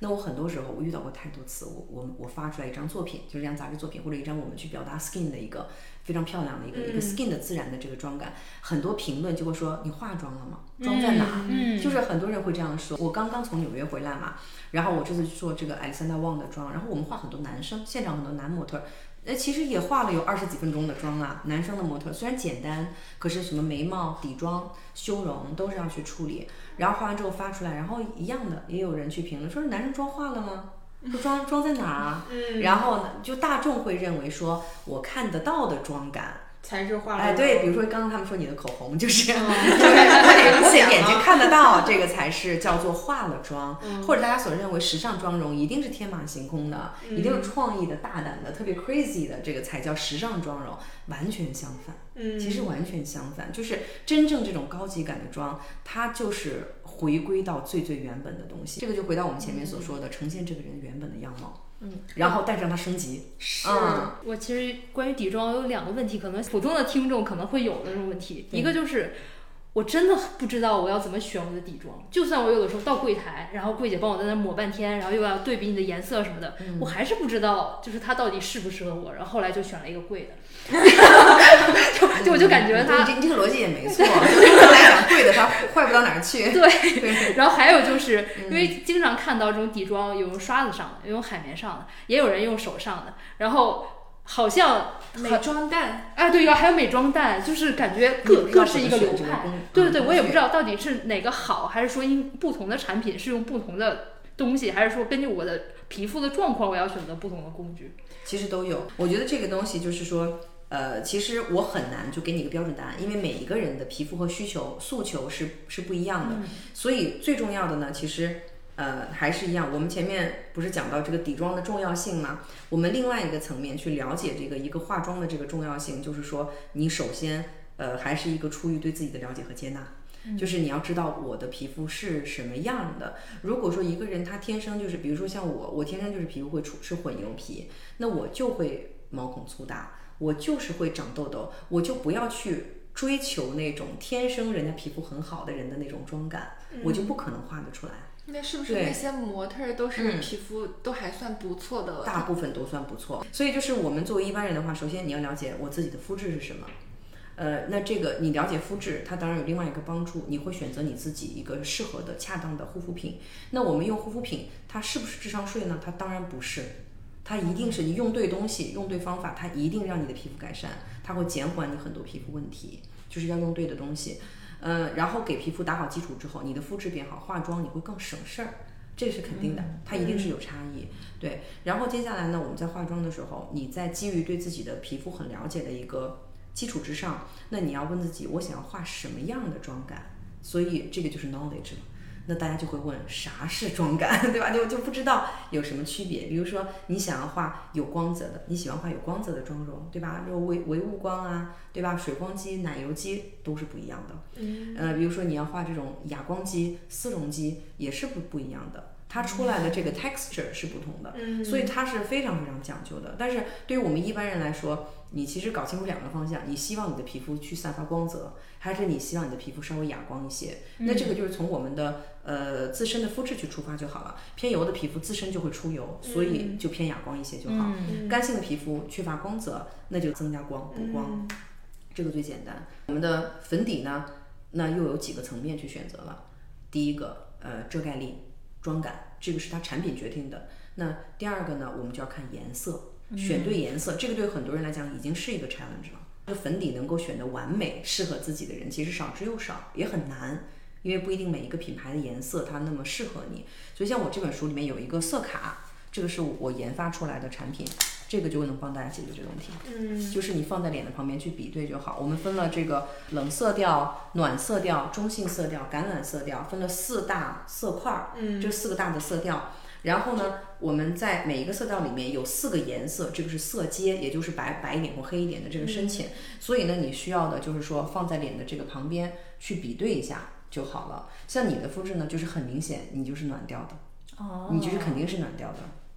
那我很多时候我遇到过太多次，我发出来一张作品，就是一张杂志作品或者一张我们去表达 skin 的一个非常漂亮的一个 skin 的自然的这个妆感，很多评论就会说你化妆了吗？妆在哪？就是很多人会这样说。我刚刚从纽约回来嘛，然后我这次去做这个 Alexander Wang 的妆，然后我们画很多男生，现场很多男模特。其实也画了有20几分钟的妆啊，男生的模特虽然简单，可是什么眉毛、底妆、修容都是要去处理。然后画完之后发出来，然后一样的也有人去评论说男生妆化了吗？说妆在哪啊？然后呢，就大众会认为说我看得到的妆感才是化了。 哎，对，比如说刚刚他们说你的口红就是而且眼睛看得到，这个才是叫做化了妆，或者大家所认为时尚妆容一定是天马行空的，一定是创意的、大胆的、特别 crazy 的，这个才叫时尚妆容，完全相反。其实完全相反，就是真正这种高级感的妆，它就是回归到最最原本的东西。这个就回到我们前面所说的，呈现这个人原本的样貌。然后但是让它升级。 是，我其实关于底妆有2个问题，可能普通的听众可能会有的这种问题。一个就是我真的不知道我要怎么选我的底妆，就算我有的时候到柜台，然后柜姐帮我在那抹半天，然后又要对比你的颜色什么的，我还是不知道就是它到底适不适合我。然后后来就选了一个贵的，我就感觉它你这个逻辑也没错，就来讲贵的它坏不到哪儿去。 对，然后还有就是因为经常看到这种底妆有用刷子上的，有用海绵上的，也有人用手上的，然后好像美妆蛋， 哎，对，还有美妆蛋，就是感觉各是一个流派。对，我也不知道到底是哪个好，还是说因不同的产品是用不同的东西，还是说根据我的皮肤的状况，我要选择不同的工具。 其实都有，我觉得这个东西就是说。其实我很难就给你一个标准答案，因为每一个人的皮肤和需求、诉求是不一样的，所以最重要的呢，其实还是一样。我们前面不是讲到这个底妆的重要性吗？我们另外一个层面去了解这个一个化妆的这个重要性，就是说你首先还是一个出于对自己的了解和接纳。就是你要知道我的皮肤是什么样的。如果说一个人他天生就是，比如说像我天生就是皮肤会是混油皮，那我就会毛孔粗大。我就是会长痘痘，我就不要去追求那种天生人家皮肤很好的人的那种妆感，我就不可能画得出来。 那是不是那些模特都是皮肤都还算不错的？ 大部分都算不错。所以就是我们作为一般人的话，首先你要了解我自己的肤质是什么。那这个你了解肤质，它当然有另外一个帮助，你会选择你自己一个适合的、恰当的护肤品。那我们用护肤品，它是不是智商税呢？它当然不是。它一定是你用对东西，用对方法，它一定让你的皮肤改善，它会减缓你很多皮肤问题，就是要用对的东西。然后给皮肤打好基础之后，你的肤质变好，化妆你会更省事儿，这是肯定的，它一定是有差异。对，然后接下来呢，我们在化妆的时候，你在基于对自己的皮肤很了解的一个基础之上，那你要问自己，我想要画什么样的妆感？所以这个就是 knowledge 了。那大家就会问啥是妆感，对吧？就不知道有什么区别。比如说你想要画有光泽的，你喜欢画有光泽的妆容，对吧？就微雾光啊，对吧？水光肌、奶油肌都是不一样的。比如说你要画这种哑光肌、丝绒肌，也是不一样的。它出来的这个 texture 是不同的，所以它是非常非常讲究的。但是对于我们一般人来说，你其实搞清楚2个方向，你希望你的皮肤去散发光泽，还是你希望你的皮肤稍微哑光一些？那这个就是从我们的自身的肤质去出发就好了。偏油的皮肤自身就会出油，所以就偏哑光一些就好。干性的皮肤缺乏光泽，那就增加光补光，这个最简单。我们的粉底呢，那又有几个层面去选择了。第一个遮盖力、妆感，这个是它产品决定的。那第2个呢，我们就要看颜色，选对颜色，这个对很多人来讲已经是一个 challenge 了。这个粉底能够选得完美适合自己的人其实少之又少，也很难，因为不一定每一个品牌的颜色它那么适合你。所以像我这本书里面有一个色卡，这个是我研发出来的产品，这个就能帮大家解决这个问题。就是你放在脸的旁边去比对就好。我们分了这个冷色调、暖色调、中性色调、橄榄色调，分了4大色块，这4个大的色调。然后呢，我们在每一个色调里面有4个颜色，这个是色阶，也就是白一点或黑一点的这个深浅。所以呢，你需要的就是说放在脸的这个旁边去比对一下就好了。像你的肤质呢，就是很明显，你就是暖调的，你就是肯定是暖调的。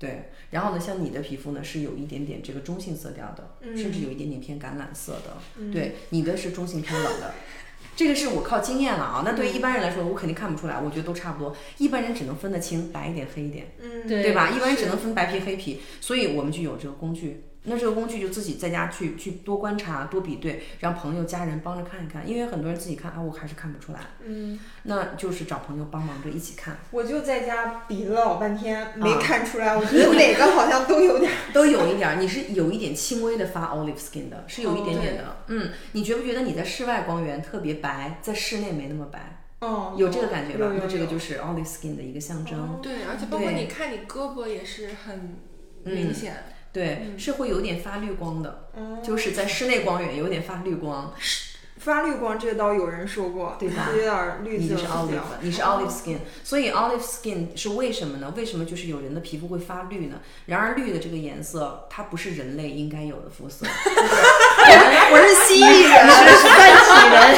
对，然后呢，像你的皮肤呢是有一点点这个中性色调的，甚至有一点点偏橄榄色的。对，你的是中性偏冷的。这个是我靠经验了啊，那对于一般人来说，我肯定看不出来，我觉得都差不多。一般人只能分得清白一点黑一点，对吧？一般人只能分白皮黑皮，所以我们就有这个工具。那这个工具就自己在家去多观察、多比对，让朋友、家人帮着看一看，因为很多人自己看啊，我还是看不出来。那就是找朋友帮忙着一起看。 我就在家比了老半天，没看出来。我觉得哪个好像都有点， 都有一点。你是有一点轻微的发 olive skin 的，是有一点点的。你觉不觉得你在室外光源特别白，在室内没那么白？有这个感觉吧？那这个就是 olive skin 的一个象征。 对，而且包括你看你胳膊也是很明显。 对，是会有点发绿光的，就是在室内光源有点发绿光。 发绿光这个倒有人说过， 对吧？ 有点绿色。 你是 olive skin，所以 olive skin 是为什么呢？为什么就是有人的皮肤会发绿呢？然而绿的这个颜色，它不是人类应该有的肤色。 我是蜥蜴人， 是三体人。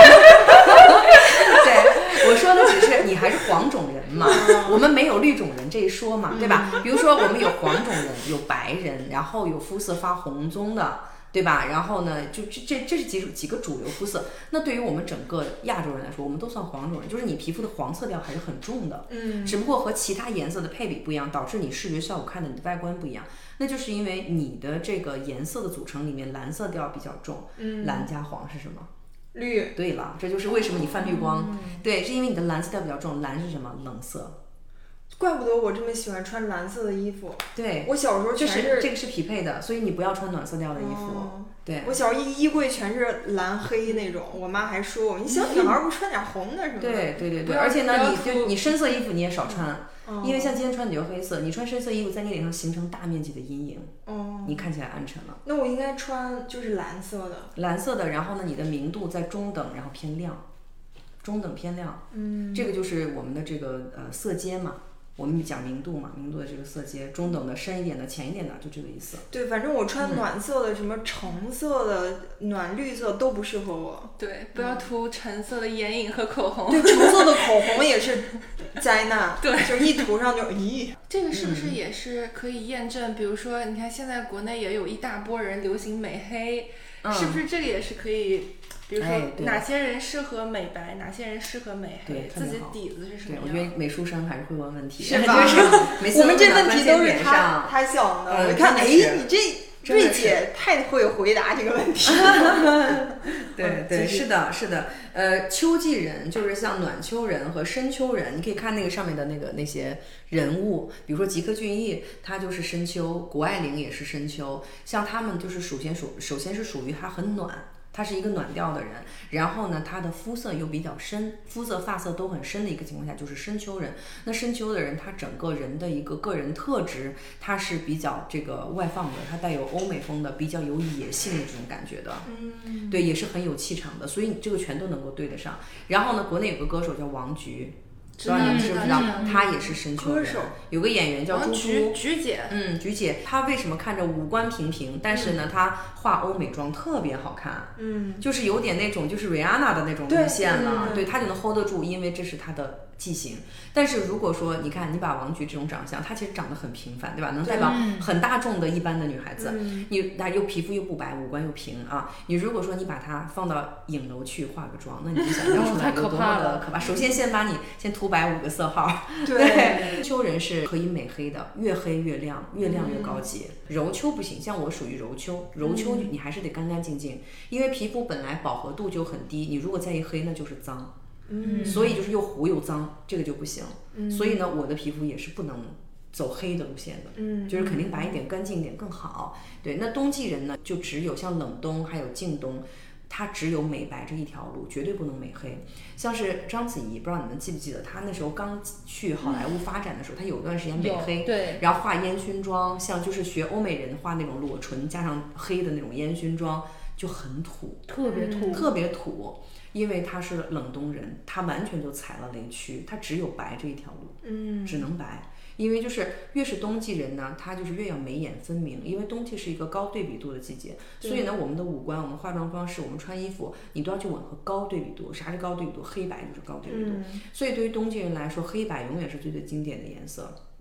对，我说的只是你还是黄种人嘛，我们没有绿种人这一说嘛，对吧？比如说我们有黄种人，有白人，然后有肤色发红棕的。对吧？然后呢，就这是几个主流肤色。那对于我们整个亚洲人来说，我们都算黄种人，就是你皮肤的黄色调还是很重的。只不过和其他颜色的配比不一样，导致你视觉效果看的你的外观不一样。那就是因为你的这个颜色的组成里面蓝色调比较重。蓝加黄是什么？ 绿。 对了，这就是为什么你泛绿光。对，是因为你的蓝色调比较重。蓝是什么？冷色。 怪不得我这么喜欢穿蓝色的衣服。 对， 我小时候全是这个是匹配的，所以你不要穿暖色调的衣服。对， 我小时候衣柜全是蓝黑那种，我妈还说我，你小女孩不穿点红的什么的。 对，而且呢，你深色衣服你也少穿，因为像今天穿的就黑色，你穿深色衣服在你脸上形成大面积的阴影，你看起来暗沉了。 那我应该穿就是蓝色的。 蓝色的，然后呢，你的明度在中等，然后偏亮，中等偏亮。这个就是我们的这个色阶嘛。我们讲明度嘛，明度的这个色阶，中等的、深一点的、浅一点的，就这个意思。 对，反正我穿暖色的、什么橙色的、暖绿色都不适合我。 对，不要涂橙色的眼影和口红。 对，橙色的口红也是灾难。 对， 就一涂上就咦。 这个是不是也是可以验证？比如说，你看现在国内也有一大波人流行美黑，是不是这个也是可以？比如说哪些人适合美白，哪些人适合美黑，自己底子是什么样？ 对，我觉得美术生还是会问问题， 是吧？我们这问题都是他想的。我看，哎，你这瑞姐太会回答这个问题。 对，是的。秋季人就是像暖秋人和深秋人，你可以看那个上面的那些人物，比如说吉克隽逸，他就是深秋；谷爱凌也是深秋。像他们就是首先是属于他很暖。他是一个暖调的人，然后呢，他的肤色又比较深，肤色发色都很深的一个情况下，就是深秋人。那深秋的人，他整个人的一个个人特质，他是比较这个外放的，他带有欧美风的，比较有野性的这种感觉的，对，也是很有气场的，所以你这个全都能够对得上。然后呢，国内有个歌手叫王菊。不知道你们知不知道，她也是深秋人。有个演员叫朱珠， 菊姐， 菊姐，她为什么看着五官平平，但是呢，她化欧美妆特别好看，就是有点那种就是 Rihanna 的那种路线了，对，她就能 hold 得住，因为这是她的剂型。但是如果说你看，你把王菊这种长相，她其实长得很平凡，对吧？能代表很大众的一般的女孩子，她又皮肤又不白，五官又平啊。你如果说你把她放到影楼去化个妆，那你就想象出来有多么的可怕。首先先把你先涂白5个色号，对，秋人是可以美黑的，越黑越亮，越亮越高级。柔秋不行，像我属于柔秋，柔秋你还是得干干净净，因为皮肤本来饱和度就很低，你如果再一黑那就是脏。所以就是又糊又脏，这个就不行。所以呢，我的皮肤也是不能走黑的路线的，就是肯定白一点、干净一点更好。对，那冬季人呢，就只有像冷冬还有静冬，它只有美白这一条路，绝对不能美黑。像是章子怡，不知道你们记不记得，她那时候刚去好莱坞发展的时候，她有段时间美黑， 对， 然后画烟熏妆，像就是学欧美人画那种裸唇加上黑的那种烟熏妆，就很土， 特别土。 因为他是冷冬人，他完全就踩了雷区，他只有白这一条路，只能白。因为就是越是冬季人呢，他就是越要眉眼分明，因为冬季是一个高对比度的季节，所以呢，我们的五官、我们化妆方式、我们穿衣服，你都要去吻合高对比度。啥是高对比度？黑白就是高对比度。所以对于冬季人来说，黑白永远是最最经典的颜色。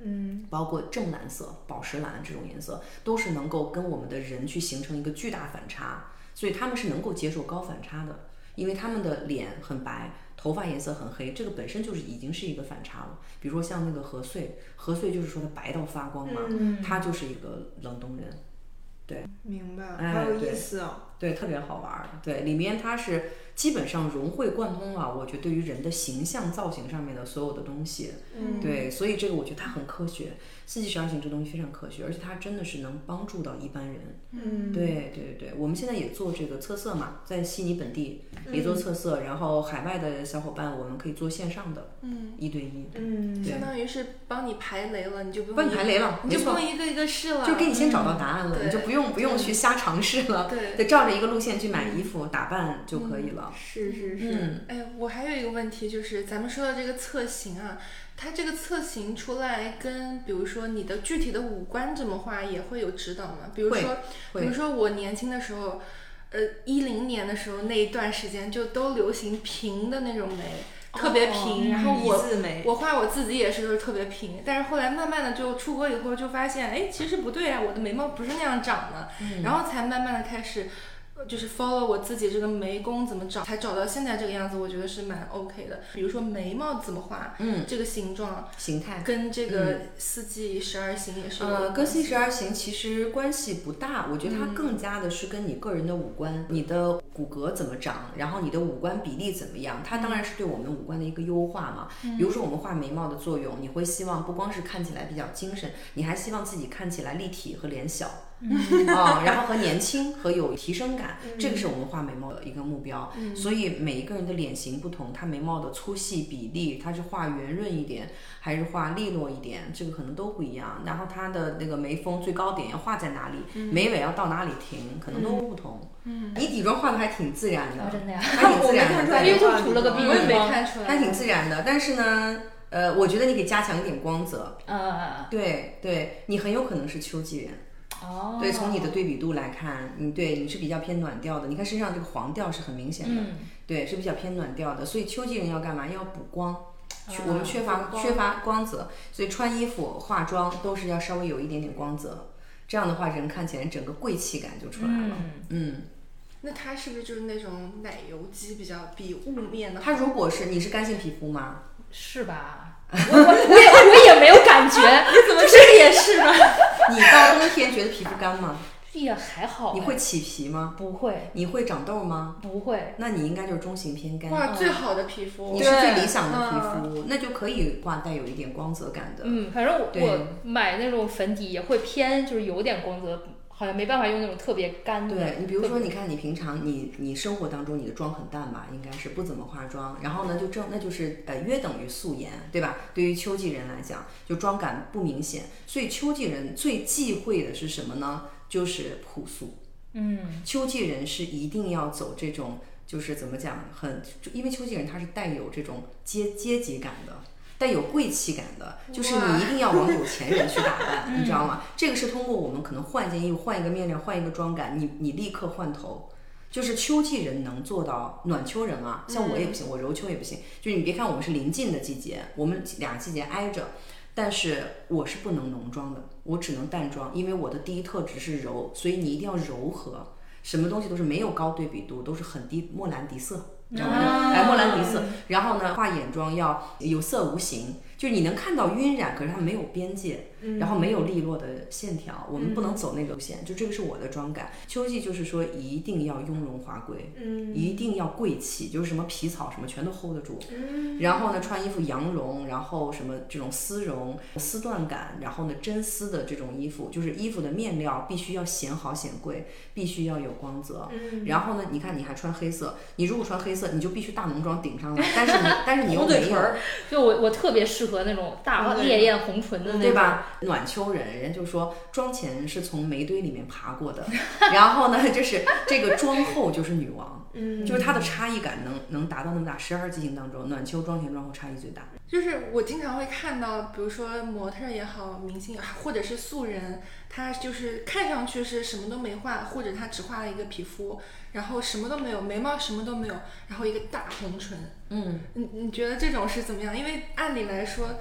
包括正蓝色、宝石蓝这种颜色，都是能够跟我们的人去形成一个巨大反差，所以他们是能够接受高反差的，因为他们的脸很白，头发颜色很黑，这个本身就是已经是一个反差了。比如说像那个何穗就是说它白到发光嘛，它就是一个冷冻人。对， 明白，好有意思哦。 对，特别好玩。对，里面它是基本上融会贯通了，我觉得对于人的形象造型上面的所有的东西。对，所以这个我觉得它很科学，四季12型这东西非常科学，而且它真的是能帮助到一般人。对，我们现在也做这个测色嘛，在悉尼本地也做测色，然后海外的小伙伴我们可以做线上的，1对1。 相当于是帮你排雷了，你就不用帮你排雷了， 你就不用一个一个试了， 就给你先找到答案了，你就不用去瞎尝试了，对，照着一个路线去买衣服打扮就可以了。 是。哎，我还有一个问题，就是咱们说的这个侧形啊，它这个侧形出来跟比如说你的具体的五官怎么画也会有指导吗？比如说我年轻的时候，10年的时候那一段时间就都流行平的那种眉，特别平，然后我画我自己也是特别平，但是后来慢慢的就出国以后就发现，哎，其实不对啊，我的眉毛不是那样长的，然后才慢慢的开始就是 follow 我自己这个眉弓怎么找，才找到现在这个样子，我觉得是蛮 OK 的。比如说眉毛怎么画，这个形状形态跟这个四季12型也是跟四季12型其实关系不大，我觉得它更加的是跟你个人的五官，你的骨骼怎么长，然后你的五官比例怎么样，它当然是对我们五官的一个优化嘛。比如说我们画眉毛的作用，你会希望不光是看起来比较精神，你还希望自己看起来立体和脸小。然后和年轻和有提升感，这个是我们画眉毛的一个目标。所以每一个人的脸型不同，他眉毛的粗细比例，他是画圆润一点还是画利落一点，这个可能都不一样。然后他的那个眉峰最高点要画在哪里，眉尾要到哪里停，可能都不同。你底妆画的还挺自然的， 真的呀， 还挺自然的， 因为就涂了个鼻我也没看出来， 还挺自然的。但是呢，我觉得你可以加强一点光泽。对，你很有可能是秋季人。对，从你的对比度来看，你是比较偏暖调的。你看身上这个黄调是很明显的，对，是比较偏暖调的。所以秋季人要干嘛？要补光，我们缺乏光泽，所以穿衣服、化妆都是要稍微有一点点光泽。这样的话，人看起来整个贵气感就出来了。 那它是不是就是那种奶油肌比雾面的？ 它如果是你是干性皮肤吗？ 是吧？我也没有感觉， 你怎么这个也是吗？ 你到冬天觉得皮肤干吗？ 也还好。 你会起皮吗？ 不会。 你会长痘吗？ 不会。 那你应该就是中型偏干。 哇，最好的皮肤， 你是最理想的皮肤，那就可以画带有一点光泽感的。 反正我买那种粉底也会偏，就是有点光泽。好像没办法用那种特别干的。 对，你比如说，你看你平常你生活当中你的妆很淡吧，应该是不怎么化妆，然后呢那就是约等于素颜，对吧？对于秋季人来讲，就妆感不明显，所以秋季人最忌讳的是什么呢？就是朴素。秋季人是一定要走这种，就是怎么讲，因为秋季人他是带有这种阶级感的。带有贵气感的，就是你一定要往有钱人去打扮，你知道吗？这个是通过我们可能换一件衣服、换一个面料、换一个妆感，你立刻换头。就是秋季人能做到，暖秋人啊，像我也不行，我柔秋也不行。就是你别看我们是临近的季节，我们2个季节挨着，但是我是不能浓妆的，我只能淡妆，因为我的第一特质是柔，所以你一定要柔和。什么东西都是没有高对比度，都是很低莫兰迪色。知道吗？莫兰迪色，然后呢，画眼妆要有色无形，就是你能看到晕染，可是它没有边界，然后没有利落的线条，我们不能走那个路线。就这个是我的妆感。秋季就是说一定要雍容华贵，一定要贵气，就是什么皮草什么全都 hold 得住。然后呢，穿衣服羊绒，然后什么这种丝绒、丝缎感，然后呢真丝的这种衣服，就是衣服的面料必须要显好显贵，必须要有光泽。然后呢，你看你还穿黑色，你如果穿黑色，你就必须大浓妆顶上来，但是你又没有， 就我特别适合那种大烈焰红唇的那种， 对吧？暖秋人，人就说妆前是从煤堆里面爬过的，然后呢，就是这个妆后就是女王，就是它的差异感能达到那么大。12季型当中，暖秋妆前妆后差异最大。 就是我经常会看到，比如说模特也好，明星也好，或者是素人，他就是看上去是什么都没画，或者他只画了一个皮肤，然后什么都没有，眉毛什么都没有，然后一个大红唇。你觉得这种是怎么样？因为按理来说，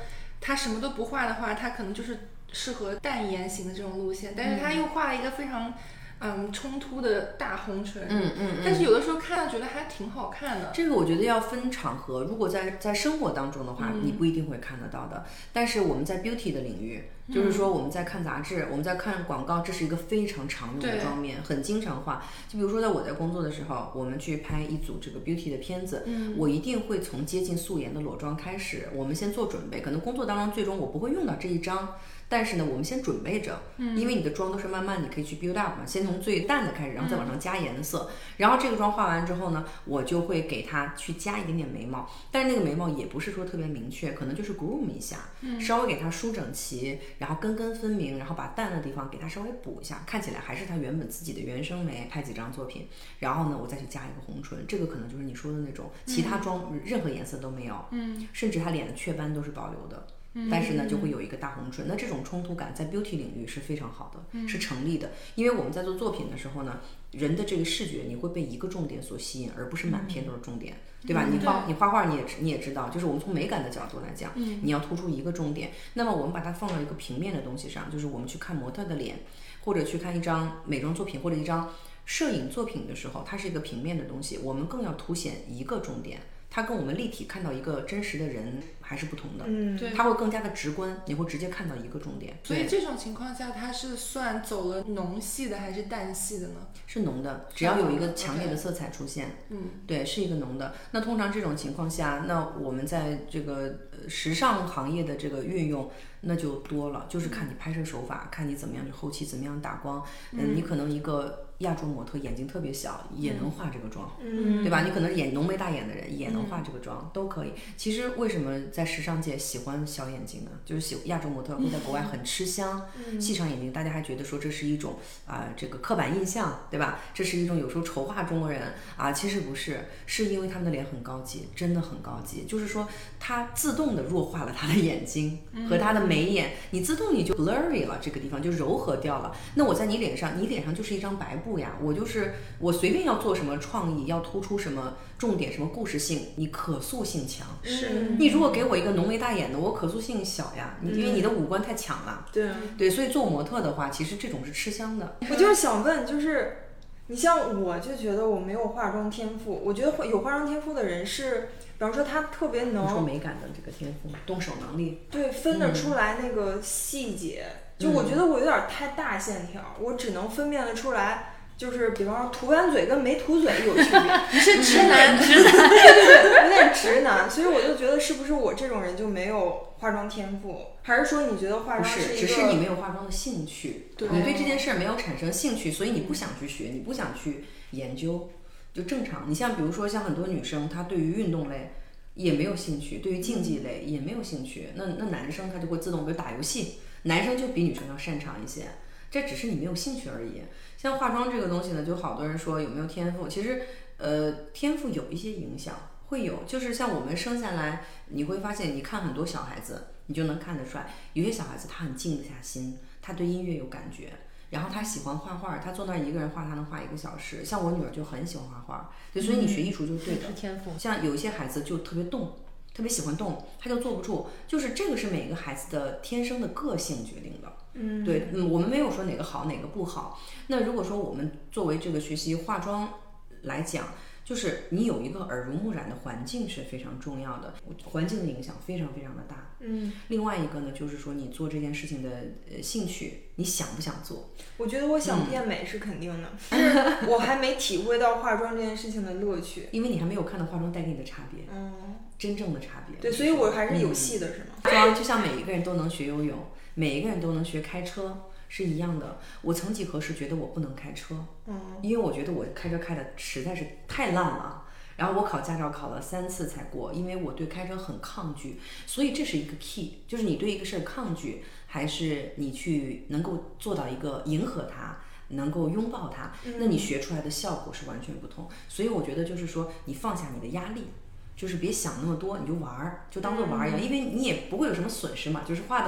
他什么都不画的话，他可能就是适合淡颜型的这种路线，但是他又画了一个非常冲突的大红唇，但是有的时候看觉得还挺好看的。 这个我觉得要分场合，如果在生活当中的话，你不一定会看得到的。但是我们在 beauty 的领域，就是说我们在看杂志，我们在看广告，这是一个非常常用的妆面，很经常化。就比如说在我在工作的时候，我们去拍一组这个 beauty 的片子，我一定会从接近素颜的裸妆开始，我们先做准备。可能工作当中最终我不会用到这一张。但是呢，我们先准备着，因为你的妆都是慢慢你可以去 build up 嘛，先从最淡的开始，然后再往上加颜色，然后这个妆画完之后呢，我就会给它去加一点点眉毛，但是那个眉毛也不是说特别明确，可能就是 groom 一下，稍微给它梳整齐，然后根根分明，然后把淡的地方给它稍微补一下，看起来还是它原本自己的原生眉，拍几张作品，然后呢，我再去加一个红唇，这个可能就是你说的那种，其他妆任何颜色都没有，甚至它脸的雀斑都是保留的。但是呢，就会有一个大红唇，那这种冲突感在 beauty 领域是非常好的，是成立的。因为我们在做作品的时候呢，人的这个视觉你会被一个重点所吸引，而不是满篇都是重点，对吧？你画画你也知道，就是我们从美感的角度来讲，你要突出一个重点。那么我们把它放到一个平面的东西上，就是我们去看模特的脸，或者去看一张美妆作品或者一张摄影作品的时候，它是一个平面的东西，我们更要凸显一个重点。它跟我们立体看到一个真实的人还是不同的， 对， 它会更加的直观，你会直接看到一个重点。 所以这种情况下，它是算走了浓系的还是淡系的呢？ 是浓的，只要有一个强烈的色彩出现，对，是一个浓的。那通常这种情况下，那我们在这个时尚行业的这个运用，那就多了，就是看你拍摄手法，看你怎么样去后期，怎么样打光。你可能一个亚洲模特眼睛特别小，也能化这个妆，对吧？你可能眼浓眉大眼的人也能化这个妆，都可以。其实为什么在时尚界喜欢小眼睛呢？就是亚洲模特会在国外很吃香，细长眼睛，大家还觉得说这是一种这个刻板印象，对吧？这是一种有时候丑化中国人啊，其实不是，是因为他们的脸很高级，真的很高级。就是说，它自动的弱化了他的眼睛和他的眉眼，你自动你就 blurry 了，这个地方就柔和掉了。那我在你脸上就是一张白布呀，我随便要做什么创意，要突出什么重点，什么故事性，你可塑性强。 是， 你如果给我一个浓眉大眼的，我可塑性小呀，因为你的五官太强了。对，所以做模特的话，其实这种是吃香的。 我就是想问，就是你像我就觉得我没有化妆天赋，我觉得有化妆天赋的人是，比方说他特别能你说美感的这个天赋，动手能力， 对，分得出来那个细节。就我觉得我有点太大线条，我只能分辨得出来。就是比方说涂完嘴跟没涂嘴有区别， 你是直男， 对，有点直男，所以我就觉得是不是我这种人就没有化妆天赋，还是说你觉得化妆是只是你没有化妆的兴趣，你对这件事没有产生兴趣，所以你不想去学，你不想去研究，就正常。你像比如说像很多女生，她对于运动类也没有兴趣，对于竞技类也没有兴趣，那男生他就会自动，比如打游戏，男生就比女生要擅长一些。这只是你没有兴趣而已。像化妆这个东西呢，就好多人说有没有天赋，其实天赋有一些影响，会有，就是像我们生下来，你会发现，你看很多小孩子，你就能看得出来，有些小孩子他很静得下心，他对音乐有感觉，然后他喜欢画画，他坐那儿一个人画，他能画1个小时。像我女儿就很喜欢画画，对，所以你学艺术就是对的。 是天赋。 像有一些孩子就特别动，特别喜欢动，他就坐不住，就是这个是每个孩子的天生的个性决定的。对，我们没有说哪个好哪个不好。那如果说我们作为这个学习化妆来讲，就是你有一个耳濡目染的环境是非常重要的，环境的影响非常非常的大。另外一个呢，就是说你做这件事情的兴趣，你想不想做？ 我觉得我想变美是肯定的，但是我还没体会到化妆这件事情的乐趣， 因为你还没有看到化妆带给你的差别，真正的差别。 对，所以我还是有戏的，是吗？ 妆就像每一个人都能学游泳，每一个人都能学开车。是一样的，我曾几何时觉得我不能开车，因为我觉得我开车开的实在是太烂了，然后我考驾照考了3次才过，因为我对开车很抗拒，所以这是一个 key， 就是你对一个事抗拒，还是你去能够做到一个迎合它，能够拥抱它，那你学出来的效果是完全不同。所以我觉得就是说，你放下你的压力，就是别想那么多，你就玩儿，就当做玩儿一样，因为你也不会有什么损失嘛，就是画的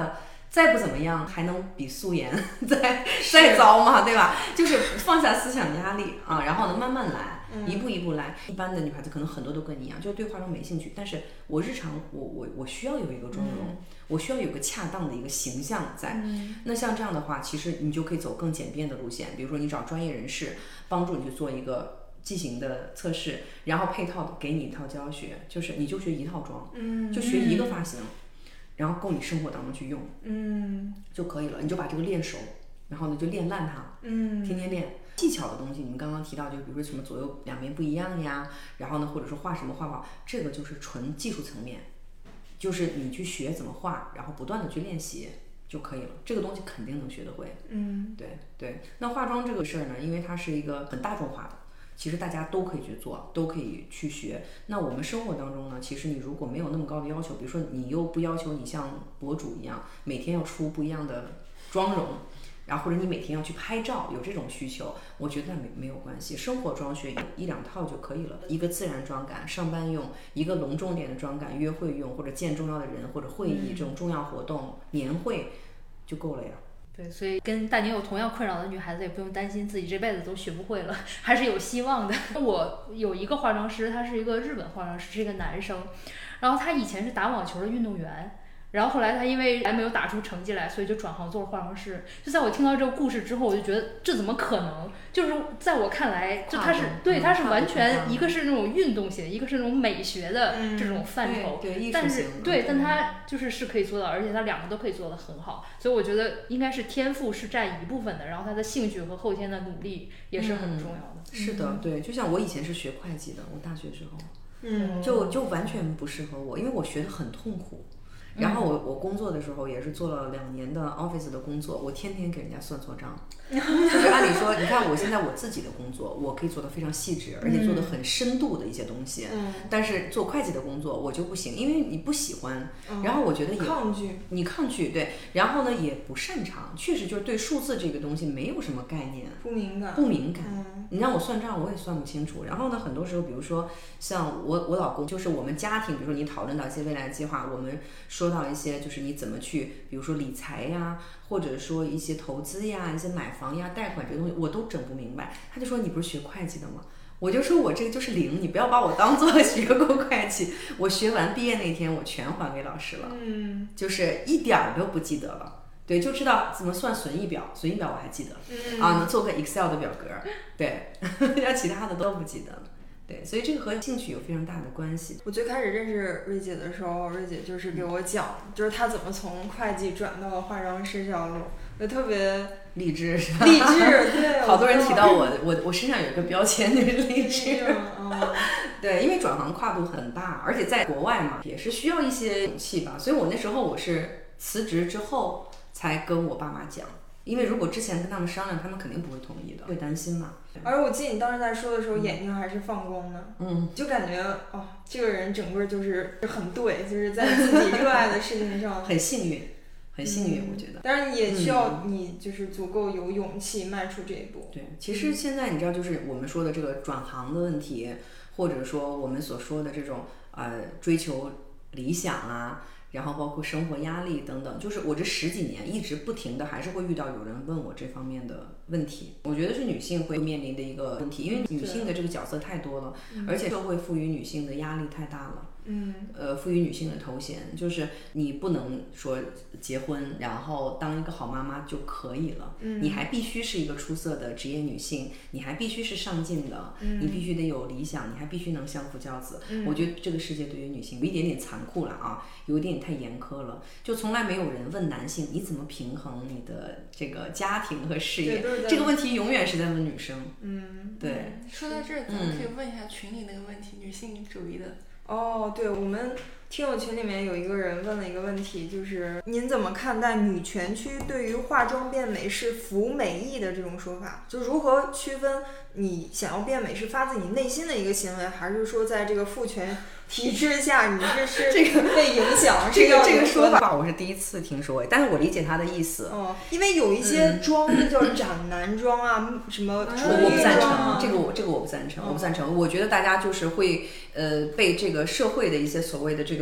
再不怎么样还能比素颜再糟嘛，对吧？就是放下思想压力啊，然后呢慢慢来，一步一步来。一般的女孩子可能很多都跟你一样，就是对化妆没兴趣，但是我日常我需要有一个妆容，我需要有个恰当的一个形象在。那像这样的话，其实你就可以走更简便的路线，比如说你找专业人士帮助你去做一个剂型的测试，然后配套给你一套教学，就是你就学一套妆，就学一个发型。然后够你生活当中去用，就可以了。你就把这个练熟，然后呢就练烂它，天天练。技巧的东西，你们刚刚提到，就比如说什么左右两边不一样呀，然后呢，或者说画什么画，这个就是纯技术层面，就是你去学怎么画，然后不断的去练习就可以了。这个东西肯定能学得会。对。那化妆这个事儿呢，因为它是一个很大众化的。其实大家都可以去做，都可以去学。那我们生活当中呢，其实你如果没有那么高的要求，比如说你又不要求你像博主一样每天要出不一样的妆容，然后或者你每天要去拍照，有这种需求，我觉得没有关系。生活妆学一两套就可以了，一个自然妆感上班用，一个隆重点的妆感约会用，或者见重要的人或者会议这种重要活动，年会就够了呀。 对，所以跟大宁有同样困扰的女孩子也不用担心自己这辈子都学不会了，还是有希望的。我有一个化妆师，他是一个日本化妆师，是一个男生，然后他以前是打网球的运动员。然后后来他因为还没有打出成绩来，所以就转行做了化妆师。就在我听到这个故事之后，我就觉得这怎么可能？就是在我看来，就他是对，他是完全一个是那种运动型，一个是那种美学的这种范畴。 对， 但是对，但他就是可以做到，而且他两个都可以做得很好。所以我觉得应该是天赋是占一部分的，然后他的兴趣和后天的努力也是很重要的。 是的，对，就像我以前是学会计的，我大学时候，就完全不适合我，因为我学得很痛苦。然后我工作的时候也是做了2年的 office 的工作，我天天给人家算错账，就是按理说，你看我现在我自己的工作，我可以做得非常细致，而且做得很深度的一些东西，但是做会计的工作我就不行，因为你不喜欢，然后我觉得也你抗拒，对，然后呢也不擅长，确实就是对数字这个东西没有什么概念，不敏感，你让我算账我也算不清楚。然后呢很多时候比如说像我老公，就是我们家庭，比如说你讨论到一些未来计划，我们说到一些就是你怎么去比如说理财呀，或者说一些投资呀，一些买房呀，贷款这个东西我都整不明白。他就说你不是学会计的吗？我就说我这个就是零，你不要把我当做学过会计。我学完毕业那天我全还给老师了，就是一点儿都不记得了。对，就知道怎么算损益表，损益表我还记得，能做个 Excel 的表格，对，然后其他的都不记得了。对，所以这个和兴趣有非常大的关系。 我最开始认识瑞姐的时候，瑞姐就是给我讲，就是她怎么从会计转到化妆师这条路，就特别励志，是吧？ 励志，对。 好多人提到我身上有一个标签就是励志。对，因为转行跨度很大，而且在国外嘛，也是需要一些勇气吧。所以我那时候我是辞职之后才跟我爸妈讲。因为如果之前跟他们商量，他们肯定不会同意的，会担心嘛。 而我记得你当时在说的时候，眼睛还是放光的，就感觉这个人整个就是很对，就是在自己热爱的事情上很幸运，很幸运，我觉得。 当然也需要你就是足够有勇气迈出这一步。 对，其实现在你知道，就是我们说的这个转行的问题，或者说我们所说的这种追求理想啊。然后包括生活压力等等，就是我这10几年一直不停的还是会遇到有人问我这方面的问题。我觉得是女性会面临的一个问题，因为女性的这个角色太多了，而且社会赋予女性的压力太大了。赋予女性的头衔就是你不能说结婚然后当一个好妈妈就可以了，你还必须是一个出色的职业女性，你还必须是上进的，你必须得有理想，你还必须能相夫教子。我觉得这个世界对于女性有一点点残酷了啊，有一点点太严苛了，就从来没有人问男性你怎么平衡你的这个家庭和事业，这个问题永远是在问女生。对。 说到这儿，咱们可以问一下群里那个问题，女性主义的。 对，我们听友群里面有一个人问了一个问题，就是您怎么看待女权区对于化妆变美是服美役的这种说法？就如何区分你想要变美是发自你内心的一个行为，还是说在这个父权体制下你是这个被影响？ 这个说法我是第一次听说，但是我理解他的意思。 因为有一些妆叫斩男妆啊，什么我不赞成，这个我不赞成，我不赞成。我觉得大家就是会被这个社会的一些所谓的这个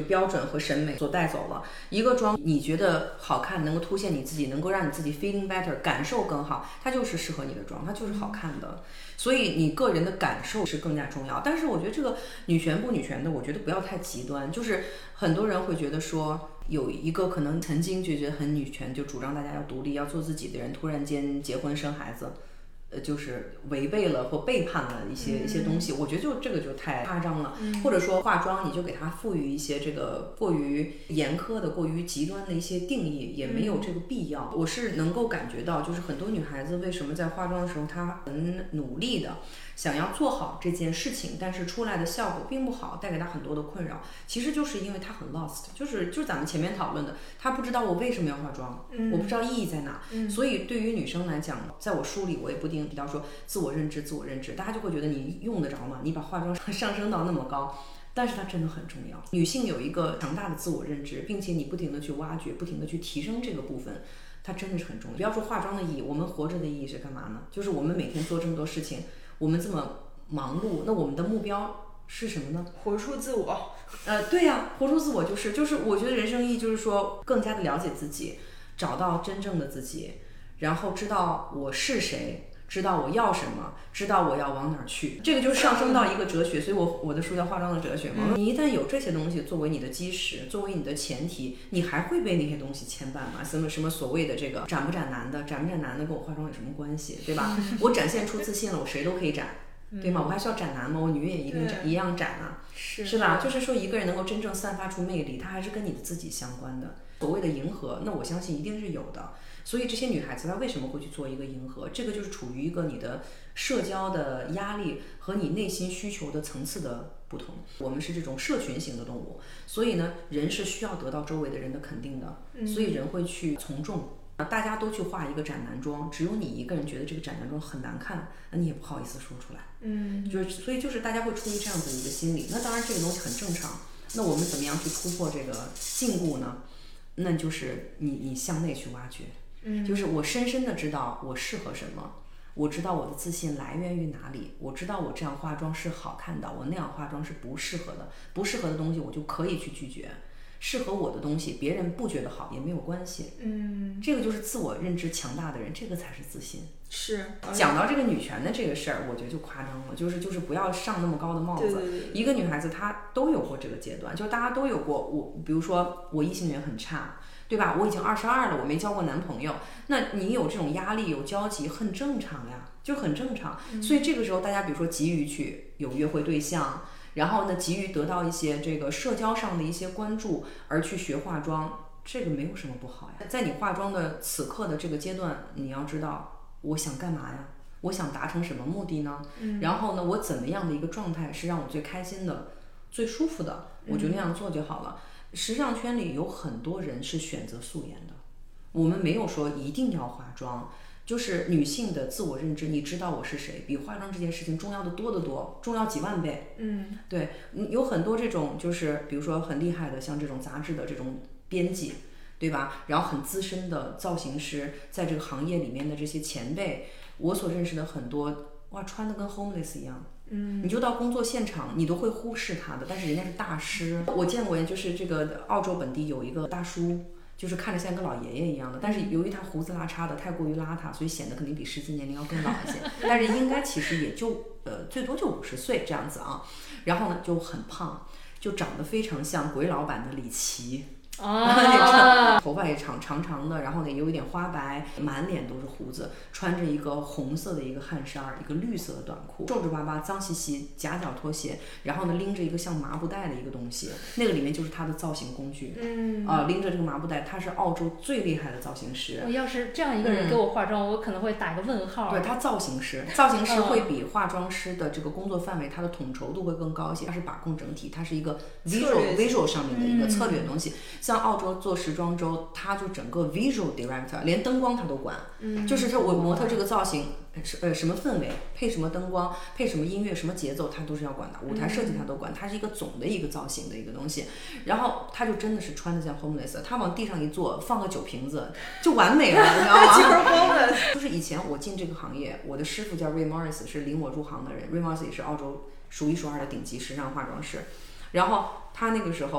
标准和审美所带走了。一个妆你觉得好看，能够凸显你自己，能够让你自己 feeling better， 感受更好，它就是适合你的妆，它就是好看的。所以你个人的感受是更加重要。但是我觉得这个女权不女权的，我觉得不要太极端。就是很多人会觉得说，有一个可能曾经就觉得很女权，就主张大家要独立要做自己的人，突然间结婚生孩子，就是违背了或背叛了一些东西，我觉得这个就太夸张了。或者说化妆你就给它赋予一些这个过于严苛的、过于极端的一些定义，也没有这个必要。我是能够感觉到，就是很多女孩子为什么在化妆的时候，她很努力的想要做好这件事情，但是出来的效果并不好，带给她很多的困扰。其实就是因为她很 lost， 就是咱们前面讨论的，她不知道我为什么要化妆，我不知道意义在哪。所以对于女生来讲，在我书里我也不定提到说自我认知，大家就会觉得你用得着吗？你把化妆上升到那么高。但是它真的很重要，女性有一个强大的自我认知，并且你不停的去挖掘，不停的去提升这个部分，它真的是很重要。不要说化妆的意义，我们活着的意义是干嘛呢？就是我们每天做这么多事情，我们这么忙碌，那我们的目标是什么呢？ 活出自我。 对呀，活出自我就是我觉得人生意义就是说更加的了解自己，找到真正的自己，然后知道我是谁，知道我要什么，知道我要往哪儿去，这个就上升到一个哲学。所以我的书叫《化妆的哲学》嘛。你一旦有这些东西作为你的基石，作为你的前提，你还会被那些东西牵绊吗？什么所谓的这个展不展男的跟我化妆有什么关系，对吧？我展现出自信了，我谁都可以展，对吗？我还需要展男吗？我女也一样展啊，是吧？就是说一个人能够真正散发出魅力，它还是跟你的自己相关的。所谓的迎合，那我相信一定是有的。所以这些女孩子她为什么会去做一个迎合？这个就是处于一个你的社交的压力和你内心需求的层次的不同。我们是这种社群型的动物，所以呢，人是需要得到周围的人的肯定的，所以人会去从众。大家都去化一个斩男装，只有你一个人觉得这个斩男装很难看，那你也不好意思说出来。所以就是大家会出于这样子的一个心理。那当然这个东西很正常。那我们怎么样去突破这个禁锢呢？那就是你向内去挖掘。就是我深深的知道我适合什么，我知道我的自信来源于哪里，我知道我这样化妆是好看的，我那样化妆是不适合的，不适合的东西我就可以去拒绝，适合我的东西别人不觉得好也没有关系。这个就是自我认知强大的人，这个才是自信。 是讲到这个女权的这个事儿，我觉得就夸张了，就是不要上那么高的帽子。 对， 一个女孩子她都有过这个阶段，就大家都有过。比如说我异性缘很差，对吧？我已经22了，我没交过男朋友，那你有这种压力有交集很正常呀，就很正常。所以这个时候大家比如说急于去有约会对象，然后呢急于得到一些这个社交上的一些关注而去学化妆，这个没有什么不好呀。在你化妆的此刻的这个阶段，你要知道我想干嘛呀，我想达成什么目的呢？然后呢我怎么样的一个状态是让我最开心的最舒服的，我就那样做就好了。时尚圈里有很多人是选择素颜的，我们没有说一定要化妆，就是女性的自我认知，你知道我是谁，比化妆这件事情重要的多得多，重要几万倍。对，有很多这种就是比如说很厉害的，像这种杂志的这种编辑，对吧？然后很资深的造型师，在这个行业里面的这些前辈，我所认识的很多，哇，穿的跟 homeless 一样。你就到工作现场，你都会忽视他的，但是人家是大师。我见过，就是这个澳洲本地有一个大叔，就是看着像跟老爷爷一样的，但是由于他胡子拉碴的太过于邋遢，所以显得肯定比实际年龄要更老一些。但是应该其实也就最多就50岁这样子啊。然后呢就很胖，就长得非常像鬼佬版的李琦。头发也长长的，然后呢也有一点花白，满脸都是胡子，穿着一个红色的一个汗衫，一个绿色的短裤，皱皱巴巴，脏兮兮，夹脚拖鞋，然后呢拎着一个像麻布袋的一个东西，那个里面就是他的造型工具。拎着这个麻布袋，他是澳洲最厉害的造型师。 我要是这样一个人给我化妆，我可能会打一个问号。 对，他造型师会比化妆师的这个工作范围，他的统筹度会更高一些，他是把控整体，他是一个 visual 上面的一个策略的东西。像澳洲做时装周，他就整个 visual director， 连灯光他都管。就是说我模特这个造型，什么氛围，配什么灯光，配什么音乐，什么节奏，他都是要管的。舞台设计他都管，他是一个总的一个造型的一个东西。然后他就真的是穿的像 homeless， 他往地上一坐，放个酒瓶子就完美了，你知道吗？就是以前我进这个行业，我的师傅叫 Ray Morris， 是领我入行的人。Ray Morris 也是澳洲数一数二的顶级时尚化妆师。然后他那个时候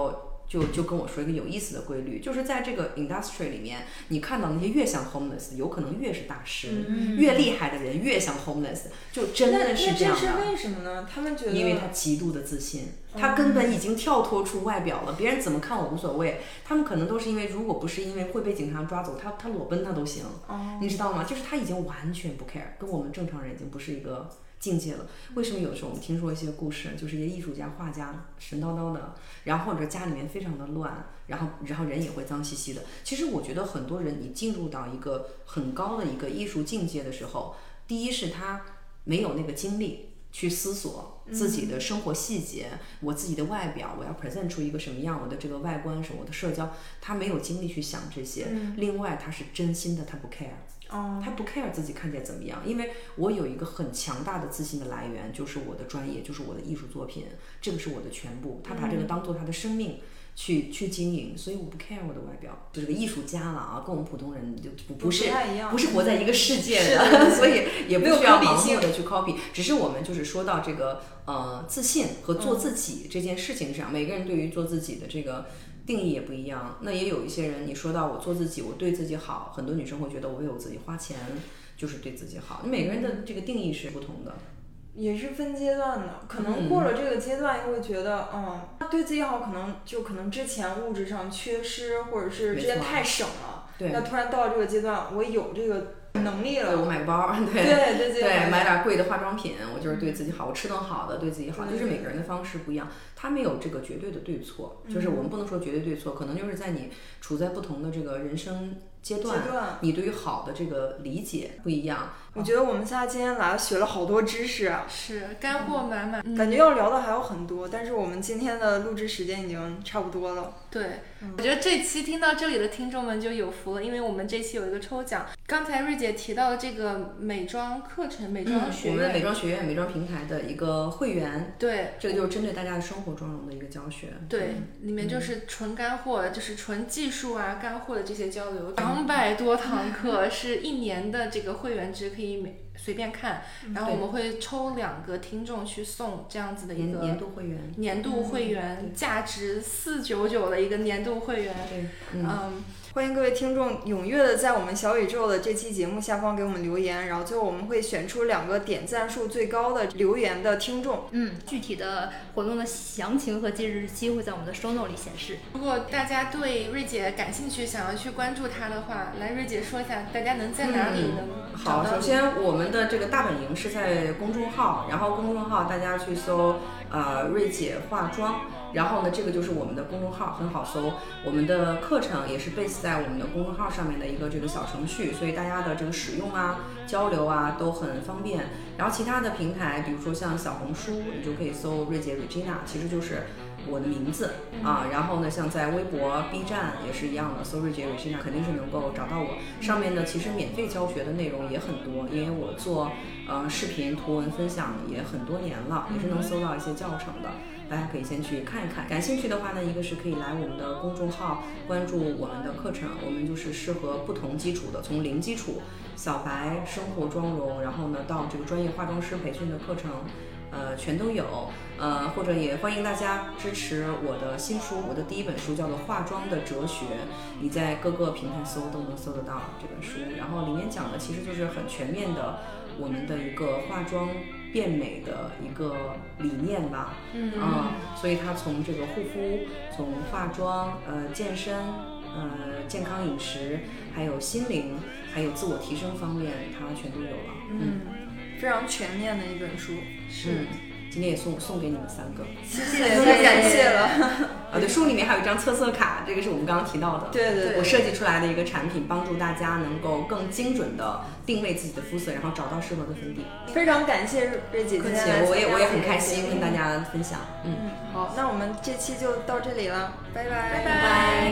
就跟我说一个有意思的规律，就是在这个 industry 里面，你看到那些越像 homeless， 有可能越是大师，越厉害的人越像 homeless， 就真的是这样的。 那这是为什么呢？他们觉得， 因为他极度的自信，他根本已经跳脱出外表了，别人怎么看我无所谓。他们可能都是因为，如果不是因为会被警察抓走，他裸奔他都行，你知道吗？就是他已经完全不 care， 跟我们正常人已经不是一个境界了。为什么有时候我们听说一些故事，就是一些艺术家、画家神叨叨的，然后或者家里面非常的乱，然后人也会脏兮兮的。其实我觉得很多人你进入到一个很高的一个艺术境界的时候，第一是他没有那个精力去思索自己的生活细节，我自己的外表，我要 present 出一个什么样，我的这个外观什么，我的社交，他没有精力去想这些。另外他是真心的，他不 care。他不 care 自己看起来怎么样，因为我有一个很强大的自信的来源，就是我的专业，就是我的艺术作品，这个是我的全部。他把这个当做他的生命去经营，所以我不 care 我的外表，就是个艺术家了啊，跟我们普通人就不是活在一个世界的，所以也不需要盲目的去 copy。只是我们就是说到这个自信和做自己这件事情上，每个人对于做自己的这个定义也不一样。那也有一些人，你说到我做自己，我对自己好，很多女生会觉得我为我自己花钱就是对自己好。每个人的这个定义是不同的。 也是分阶段的，可能过了这个阶段，又会觉得，对自己好，可能之前物质上缺失，或者是之前太省了，那突然到了这个阶段，我有这个能力了， 我买个包，对，买点贵的化妆品，我就是对自己好，我吃顿好的，对自己好，就是每个人的方式不一样，他没有这个绝对的对错，就是我们不能说绝对对错，可能就是在你处在不同的这个人生阶段，你对于好的这个理解不一样。 我觉得我们仨今天来学了好多知识， 是干货满满， 感觉要聊的还有很多，但是我们今天的录制时间已经差不多了。 对，我觉得这期听到这里的听众们就有福了，因为我们这期有一个抽奖。刚才瑞姐提到这个美妆课程、美妆学院， 我们美妆学院、美妆平台的一个会员， 对， 这个就是针对大家的生活妆容的一个教学。 对，里面就是纯干货，就是纯技术啊、干货的这些交流，200多堂课，是1年的这个会员制，可以随便看，然后我们会抽2个听众去送这样子的一个年度会员， 价值499的一个年度会员。 对， 欢迎各位听众踊跃的在我们小宇宙的这期节目下方给我们留言，然后最后我们会选出2个点赞数最高的留言的听众。 具体的活动的详情和截止日期会在我们的 show note 里显示。 如果大家对瑞姐感兴趣，想要去关注她的话，来瑞姐说一下，大家能在哪里能找到你？ 好，首先我们的这个大本营是在公众号，然后公众号大家去搜瑞姐化妆。然后呢，这个就是我们的公众号，很好搜。我们的课程也是 base 在我们的公众号上面的一个这个小程序，所以大家的这个使用啊、交流啊都很方便。然后其他的平台，比如说像小红书，你就可以搜瑞姐 Regina， 其实就是我的名字啊。然后呢，像在微博、B 站也是一样的，搜瑞姐 Regina 肯定是能够找到我。上面呢，其实免费教学的内容也很多，因为我做视频图文分享也很多年了，也是能搜到一些教程的。大家可以先去看一看，感兴趣的话呢，一个是可以来我们的公众号关注我们的课程，我们就是适合不同基础的，从零基础、小白、生活妆容，然后呢到这个专业化妆师培训的课程，全都有。或者也欢迎大家支持我的新书，我的第1本书叫做《化妆的哲学》，你在各个平台搜都能搜得到这本书。然后里面讲的其实就是很全面的我们的一个化妆变美的一个理念吧。所以它从这个护肤、从化妆、健身、健康饮食，还有心灵，还有自我提升方面，它全都有了。 非常全面的一本书。 是。 今天也送给你们3个， 谢谢，太感谢了。 对，书里面还有一张测色卡，这个是我们刚刚提到的， 对， 我设计出来的一个产品，帮助大家能够更精准的定位自己的肤色，然后找到适合的粉底。 非常感谢瑞姐今天来， 我也很开心跟大家分享。 好，那我们这期就到这里了，拜拜， 拜拜。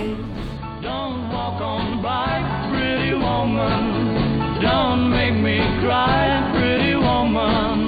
Don't walk on by, pretty woman. Don't make me cry, pretty woman.